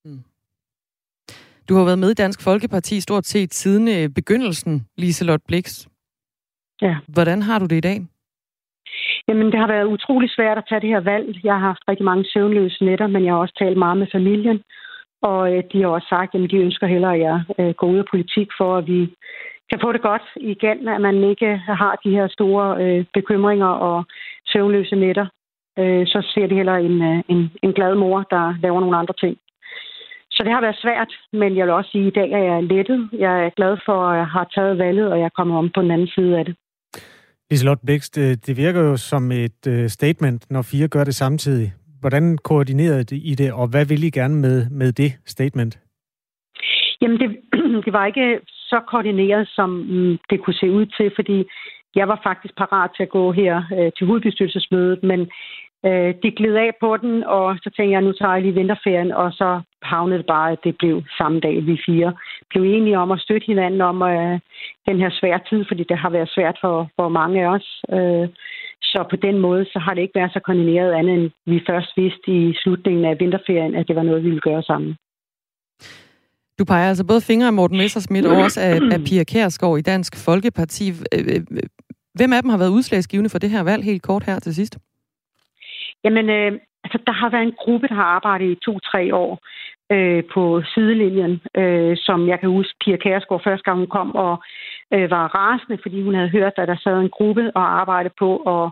Speaker 2: Du har været med i Dansk Folkeparti stort set siden begyndelsen, Liselott Blixt.
Speaker 14: Ja.
Speaker 2: Hvordan har du det i dag?
Speaker 14: Jamen, det har været utrolig svært at tage det her valg. Jeg har haft rigtig mange søvnløse nætter, men jeg har også talt meget med familien. Og de har også sagt, at de ønsker hellere, at jeg går ud af politik, for at vi kan få det godt igen, at man ikke har de her store bekymringer og søvnløse nætter. Så ser de hellere en glad mor, der laver nogle andre ting. Så det har været svært, men jeg vil også sige, at i dag er jeg lettet. Jeg er glad for, at jeg har taget valget, og jeg er kommet om på den anden side af det.
Speaker 1: Liselotte Blixt, det virker jo som et statement, når 4 gør det samtidig. Hvordan koordinerede I det, og hvad vil I gerne med det statement?
Speaker 14: Jamen, det var ikke så koordineret, som det kunne se ud til, fordi jeg var faktisk parat til at gå her til hovedbestyrelsesmødet, men de gled af på den, og så tænkte jeg, nu tager jeg lige vinterferien, og så havnede det bare, at det blev samme dag, vi 4 blev enige om at støtte hinanden om den her svære tid, fordi det har været svært for mange af os. Så på den måde, så har det ikke været så koordineret andet, end vi først vidste i slutningen af vinterferien, at det var noget, vi ville gøre sammen.
Speaker 2: Du peger altså både fingre af Morten Messerschmidt og også af Pia Kjærsgaard i Dansk Folkeparti. Hvem af dem har været udslagsgivende for det her valg helt kort her til sidst?
Speaker 14: Jamen, der har været en gruppe, der har arbejdet i 2-3 år på sidelinjen, som jeg kan huske, Pia Kjærsgaard første gang hun kom og var rasende, fordi hun havde hørt, at der sad en gruppe og arbejdede på at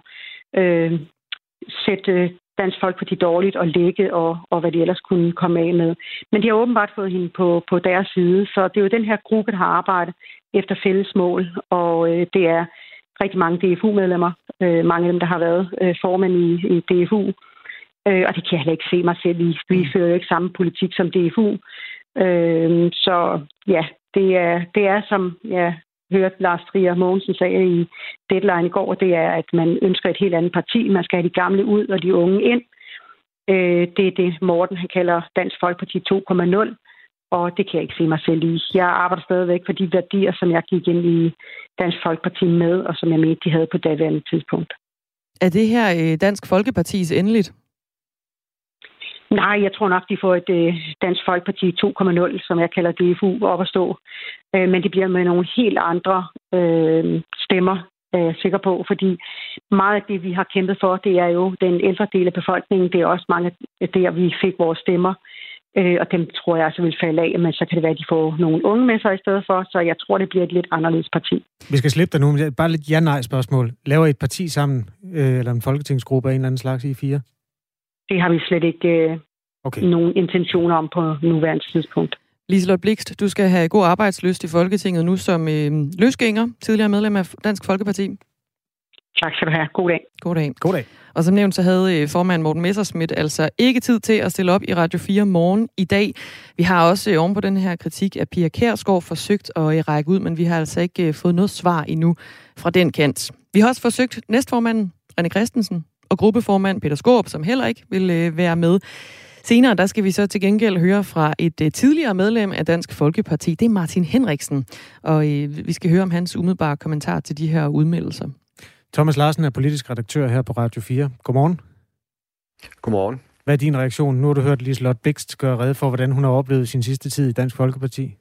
Speaker 14: sætte Dansk Folkeparti dårligt og lægge og hvad de ellers kunne komme af med. Men de har åbenbart fået hende på deres side, så det er jo den her gruppe, der har arbejdet efter fælles mål, og det er rigtig mange DFU-medlemmer, mange af dem, der har været formand i DFU, og det kan jeg heller ikke se mig selv i. Vi fører jo ikke samme politik som DFU. Så ja, det er som jeg hørte Lars Trier Mogensen sagde i Deadline i går, det er, at man ønsker et helt andet parti. Man skal have de gamle ud og de unge ind. Det er det, Morten han kalder Dansk Folkeparti 2.0, og det kan jeg ikke se mig selv i. Jeg arbejder stadigvæk for de værdier, som jeg gik ind i Dansk Folkeparti med, og som jeg mente, de havde på daværende tidspunkt.
Speaker 2: Er det her Dansk Folkepartis endeligt?
Speaker 14: Nej, jeg tror nok, de får et Dansk Folkeparti 2.0, som jeg kalder DFU, op at stå. Men det bliver med nogle helt andre stemmer, er jeg sikker på, fordi meget af det, vi har kæmpet for, det er jo den ældre del af befolkningen. Det er også mange af der, vi fik vores stemmer, og dem tror jeg altså vil falde af, men så kan det være, at de får nogle unge med sig i stedet for, så jeg tror, det bliver et lidt anderledes parti.
Speaker 1: Vi skal slippe dig nu, men bare lidt ja-nej-spørgsmål. Laver I et parti sammen, eller en folketingsgruppe af en eller anden slags i 4?
Speaker 14: Det har vi slet ikke nogen intentioner om på nuværende tidspunkt.
Speaker 2: Liselotte Blixt, du skal have god arbejdslyst i Folketinget nu som løsgænger, tidligere medlem af Dansk Folkeparti.
Speaker 14: Tak skal du have. God dag.
Speaker 2: God dag.
Speaker 1: God dag.
Speaker 2: Og som nævnt, så havde formand Morten Messerschmidt altså ikke tid til at stille op i Radio 4 morgen i dag. Vi har også oven på den her kritik af Pia Kjærsgaard forsøgt at række ud, men vi har altså ikke fået noget svar endnu fra den kant. Vi har også forsøgt næstformanden, René Christensen, og gruppeformand Peter Skaarup, som heller ikke vil være med. Senere, der skal vi så til gengæld høre fra et tidligere medlem af Dansk Folkeparti. Det er Martin Henriksen, og vi skal høre om hans umiddelbare kommentar til de her udmeldelser.
Speaker 1: Thomas Larsen er politisk redaktør her på Radio 4. Godmorgen.
Speaker 16: Godmorgen.
Speaker 1: Hvad er din reaktion? Nu har du hørt Liselotte Blixt gøre rede for, hvordan hun har oplevet sin sidste tid i Dansk Folkeparti.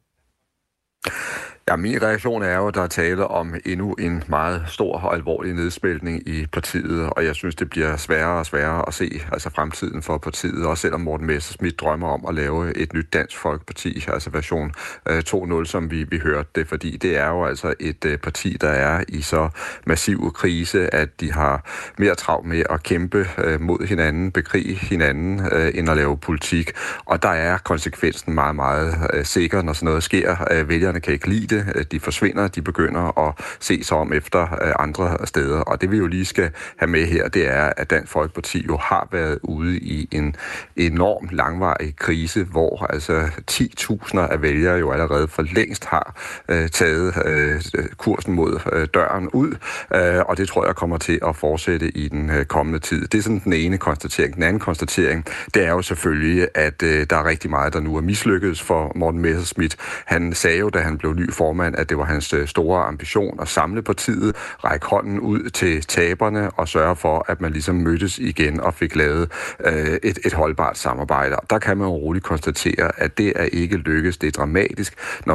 Speaker 16: Ja, min reaktion er jo, at der er tale om endnu en meget stor og alvorlig nedsmeltning i partiet, og jeg synes, det bliver sværere og sværere at se altså fremtiden for partiet, også selvom Morten Messerschmidt drømmer om at lave et nyt Dansk Folkeparti, altså version 2.0, som vi hørte det, fordi det er jo altså et parti, der er i så massiv krise, at de har mere travlt med at kæmpe mod hinanden, bekrige hinanden, end at lave politik, og der er konsekvensen meget, meget sikker, når sådan noget sker. Vælgerne kan ikke lide det. De forsvinder, de begynder at se sig om efter andre steder. Og det vi jo lige skal have med her, det er, at Dansk Folkeparti jo har været ude i en enorm langvarig krise, hvor altså 10.000 af vælgere jo allerede for længst har taget kursen mod døren ud. Og det tror jeg kommer til at fortsætte i den kommende tid. Det er sådan den ene konstatering. Den anden konstatering, det er jo selvfølgelig, at der er rigtig meget, der nu er mislykkedes for Morten Messerschmidt. Han sagde jo, da han blev ny formand, at det var hans store ambition at samle partiet, række hånden ud til taberne og sørge for, at man ligesom mødtes igen og fik lavet et holdbart samarbejde. Og der kan man jo roligt konstatere, at det er ikke lykkes. Det er dramatisk, når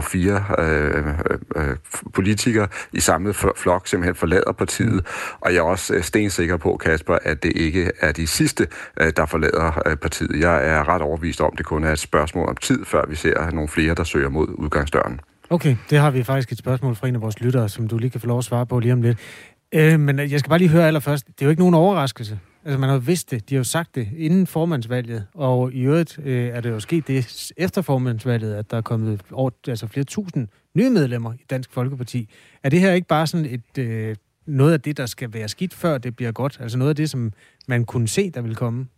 Speaker 16: 4 politikere i samlet flok simpelthen forlader partiet. Og jeg er også stensikker på, Kasper, at det ikke er de sidste, der forlader partiet. Jeg er ret overbevist om, det kun er et spørgsmål om tid, før vi ser nogle flere, der søger mod udgangsdøren.
Speaker 1: Okay, det har vi faktisk et spørgsmål fra en af vores lyttere, som du lige kan få lov at svare på lige om lidt. Men jeg skal bare lige høre allerførst, det er jo ikke nogen overraskelse. Altså man har jo vidst det, de har jo sagt det inden formandsvalget, og i øvrigt er det jo sket det efter formandsvalget, at der er kommet flere tusind nye medlemmer i Dansk Folkeparti. Er det her ikke bare sådan noget af det, der skal være skidt, før det bliver godt? Altså noget af det, som man kunne se, der vil komme?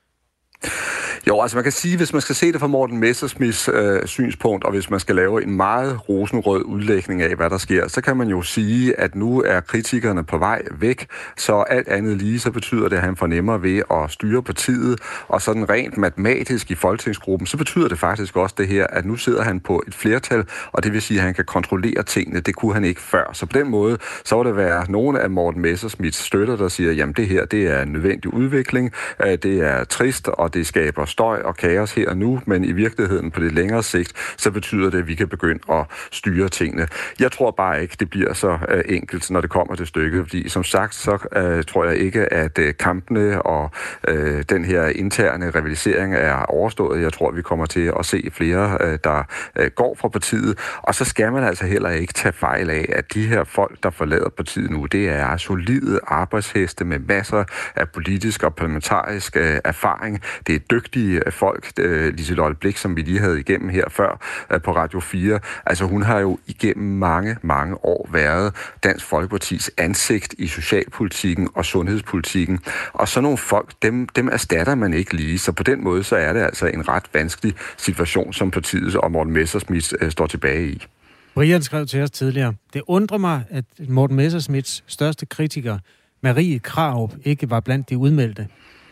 Speaker 16: Jo, altså man kan sige, hvis man skal se det fra Morten Messerschmidts synspunkt, og hvis man skal lave en meget rosenrød udlægning af, hvad der sker, så kan man jo sige, at nu er kritikerne på vej væk, så alt andet lige, så betyder det, at han får nemmere ved at styre partiet, og sådan rent matematisk i folketingsgruppen, så betyder det faktisk også det her, at nu sidder han på et flertal, og det vil sige, at han kan kontrollere tingene. Det kunne han ikke før. Så på den måde, så vil det være nogle af Morten Messerschmidts støtter, der siger, jamen det her, det er en nødvendig udvikling, det er trist, og det skaber støj og kaos her og nu, men i virkeligheden på det længere sigt, så betyder det, at vi kan begynde at styre tingene. Jeg tror bare ikke, det bliver så enkelt, når det kommer til stykket, fordi som sagt, så tror jeg ikke, at kampene og den her interne rivalisering er overstået. Jeg tror, vi kommer til at se flere, der går fra partiet, og så skal man altså heller ikke tage fejl af, at de her folk, der forlader partiet nu, det er solide arbejdsheste med masser af politisk og parlamentarisk erfaring. Det er dygtige folk, Liselotte Blixt, som vi lige havde igennem her før på Radio 4. Altså hun har jo igennem mange, mange år været Dansk Folkepartis ansigt i socialpolitikken og sundhedspolitikken. Og sådan nogle folk, dem erstatter man ikke lige. Så på den måde, så er det altså en ret vanskelig situation, som partiet og Morten Messerschmidt står tilbage i.
Speaker 1: Brian skrev til os tidligere, det undrer mig, at Morten Messerschmidts største kritiker, Marie Krarup, ikke var blandt de udmeldte.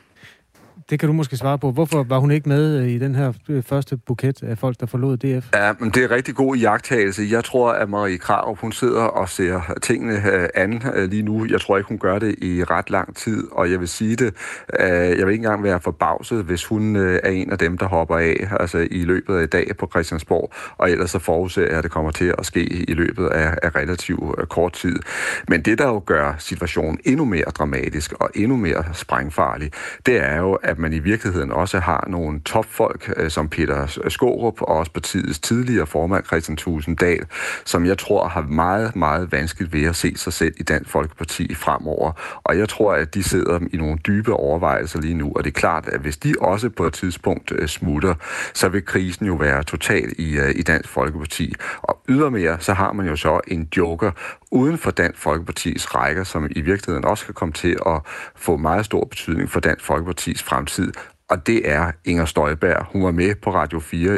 Speaker 1: Det kan du måske svare på. Hvorfor var hun ikke med i den her første buket af folk, der forlod DF?
Speaker 16: Ja, men det er rigtig god iagttagelse. Jeg tror, at Marie Krarup, hun sidder og ser tingene an lige nu. Jeg tror ikke, hun gør det i ret lang tid, og jeg vil sige det, jeg vil ikke engang være forbavset, hvis hun er en af dem, der hopper af altså i løbet af i dag på Christiansborg, og ellers så forudser jeg, at det kommer til at ske i løbet af relativt kort tid. Men det, der jo gør situationen endnu mere dramatisk og endnu mere sprængfarlig, det er jo, at man i virkeligheden også har nogle topfolk, som Peter Skaarup og også partiets tidligere formand Kristian Thulesen Dahl, som jeg tror har meget, meget vanskeligt ved at se sig selv i Dansk Folkeparti fremover. Og jeg tror, at de sidder i nogle dybe overvejelser lige nu, og det er klart, at hvis de også på et tidspunkt smutter, så vil krisen jo være total i Dansk Folkeparti. Og ydermere, så har man jo så en joker uden for Dansk Folkepartis rækker, som i virkeligheden også kan komme til at få meget stor betydning for Dansk Folkepartis fremtid. Og det er Inger Støjberg. Hun var med på Radio 4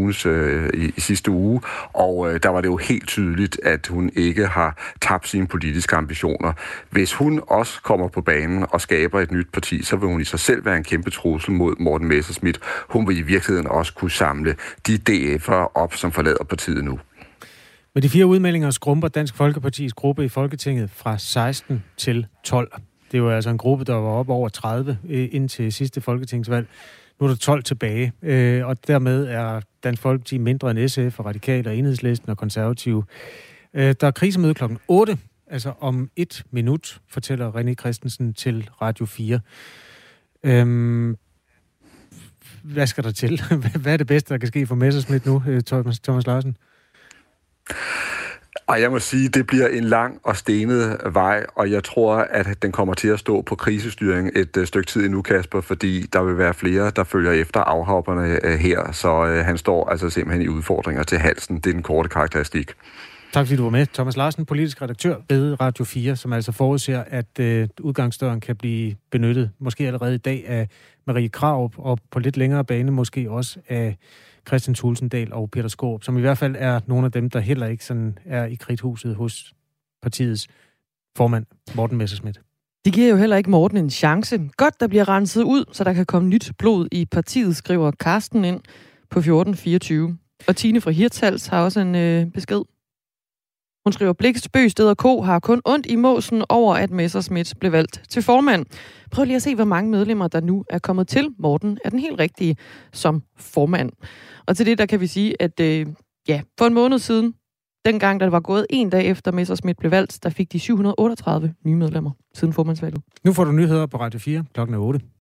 Speaker 16: i sidste uge, og der var det jo helt tydeligt, at hun ikke har tabt sine politiske ambitioner. Hvis hun også kommer på banen og skaber et nyt parti, så vil hun i sig selv være en kæmpe trussel mod Morten Messerschmidt. Hun vil i virkeligheden også kunne samle de DF'ere op, som forlader partiet nu.
Speaker 1: Med de 4 udmeldinger skrumper Dansk Folkepartis gruppe i Folketinget fra 16 til 12. Det var altså en gruppe, der var op over 30 indtil sidste folketingsvalg. Nu er der 12 tilbage, og dermed er Dansk Folkeparti mindre end SF og Radikale og Enhedslisten og Konservative. Der er krisemøde kl. 8, altså om 1 minut, fortæller René Christensen til Radio 4. Hvad skal der til? Hvad er det bedste, der kan ske for Messerschmidt nu, Thomas Larsen?
Speaker 16: Og jeg må sige, det bliver en lang og stenet vej, og jeg tror, at den kommer til at stå på krisestyring et stykke tid endnu, Kasper, fordi der vil være flere, der følger efter afhopperne her, så han står altså simpelthen i udfordringer til halsen. Det er den korte karakteristik. Tak
Speaker 1: fordi du var med. Thomas Larsen, politisk redaktør ved Radio 4, som altså forudser, at udgangsdøren kan blive benyttet, måske allerede i dag, af Marie Krarup, og på lidt længere bane måske også af Kristian Thulesen Dahl og Peter Skaarup, som i hvert fald er nogle af dem, der heller ikke sådan er i kridthuset hos partiets formand, Morten Messerschmidt.
Speaker 2: De giver jo heller ikke Morten en chance. Godt, der bliver renset ud, så der kan komme nyt blod i partiet, skriver Karsten ind på 1424. Og Tine fra Hirtshals har også en besked. Hun skriver, Blikst, Bøgsted og K. har kun ondt i måsen over, at Messerschmidt blev valgt til formand. Prøv lige at se, hvor mange medlemmer, der nu er kommet til. Morten er den helt rigtige som formand. Og til det, der kan vi sige, at for en måned siden, dengang, der var gået en dag efter Messerschmidt blev valgt, der fik de 738 nye medlemmer siden formandsvalget.
Speaker 1: Nu får du nyheder på Radio 4 klokken 8.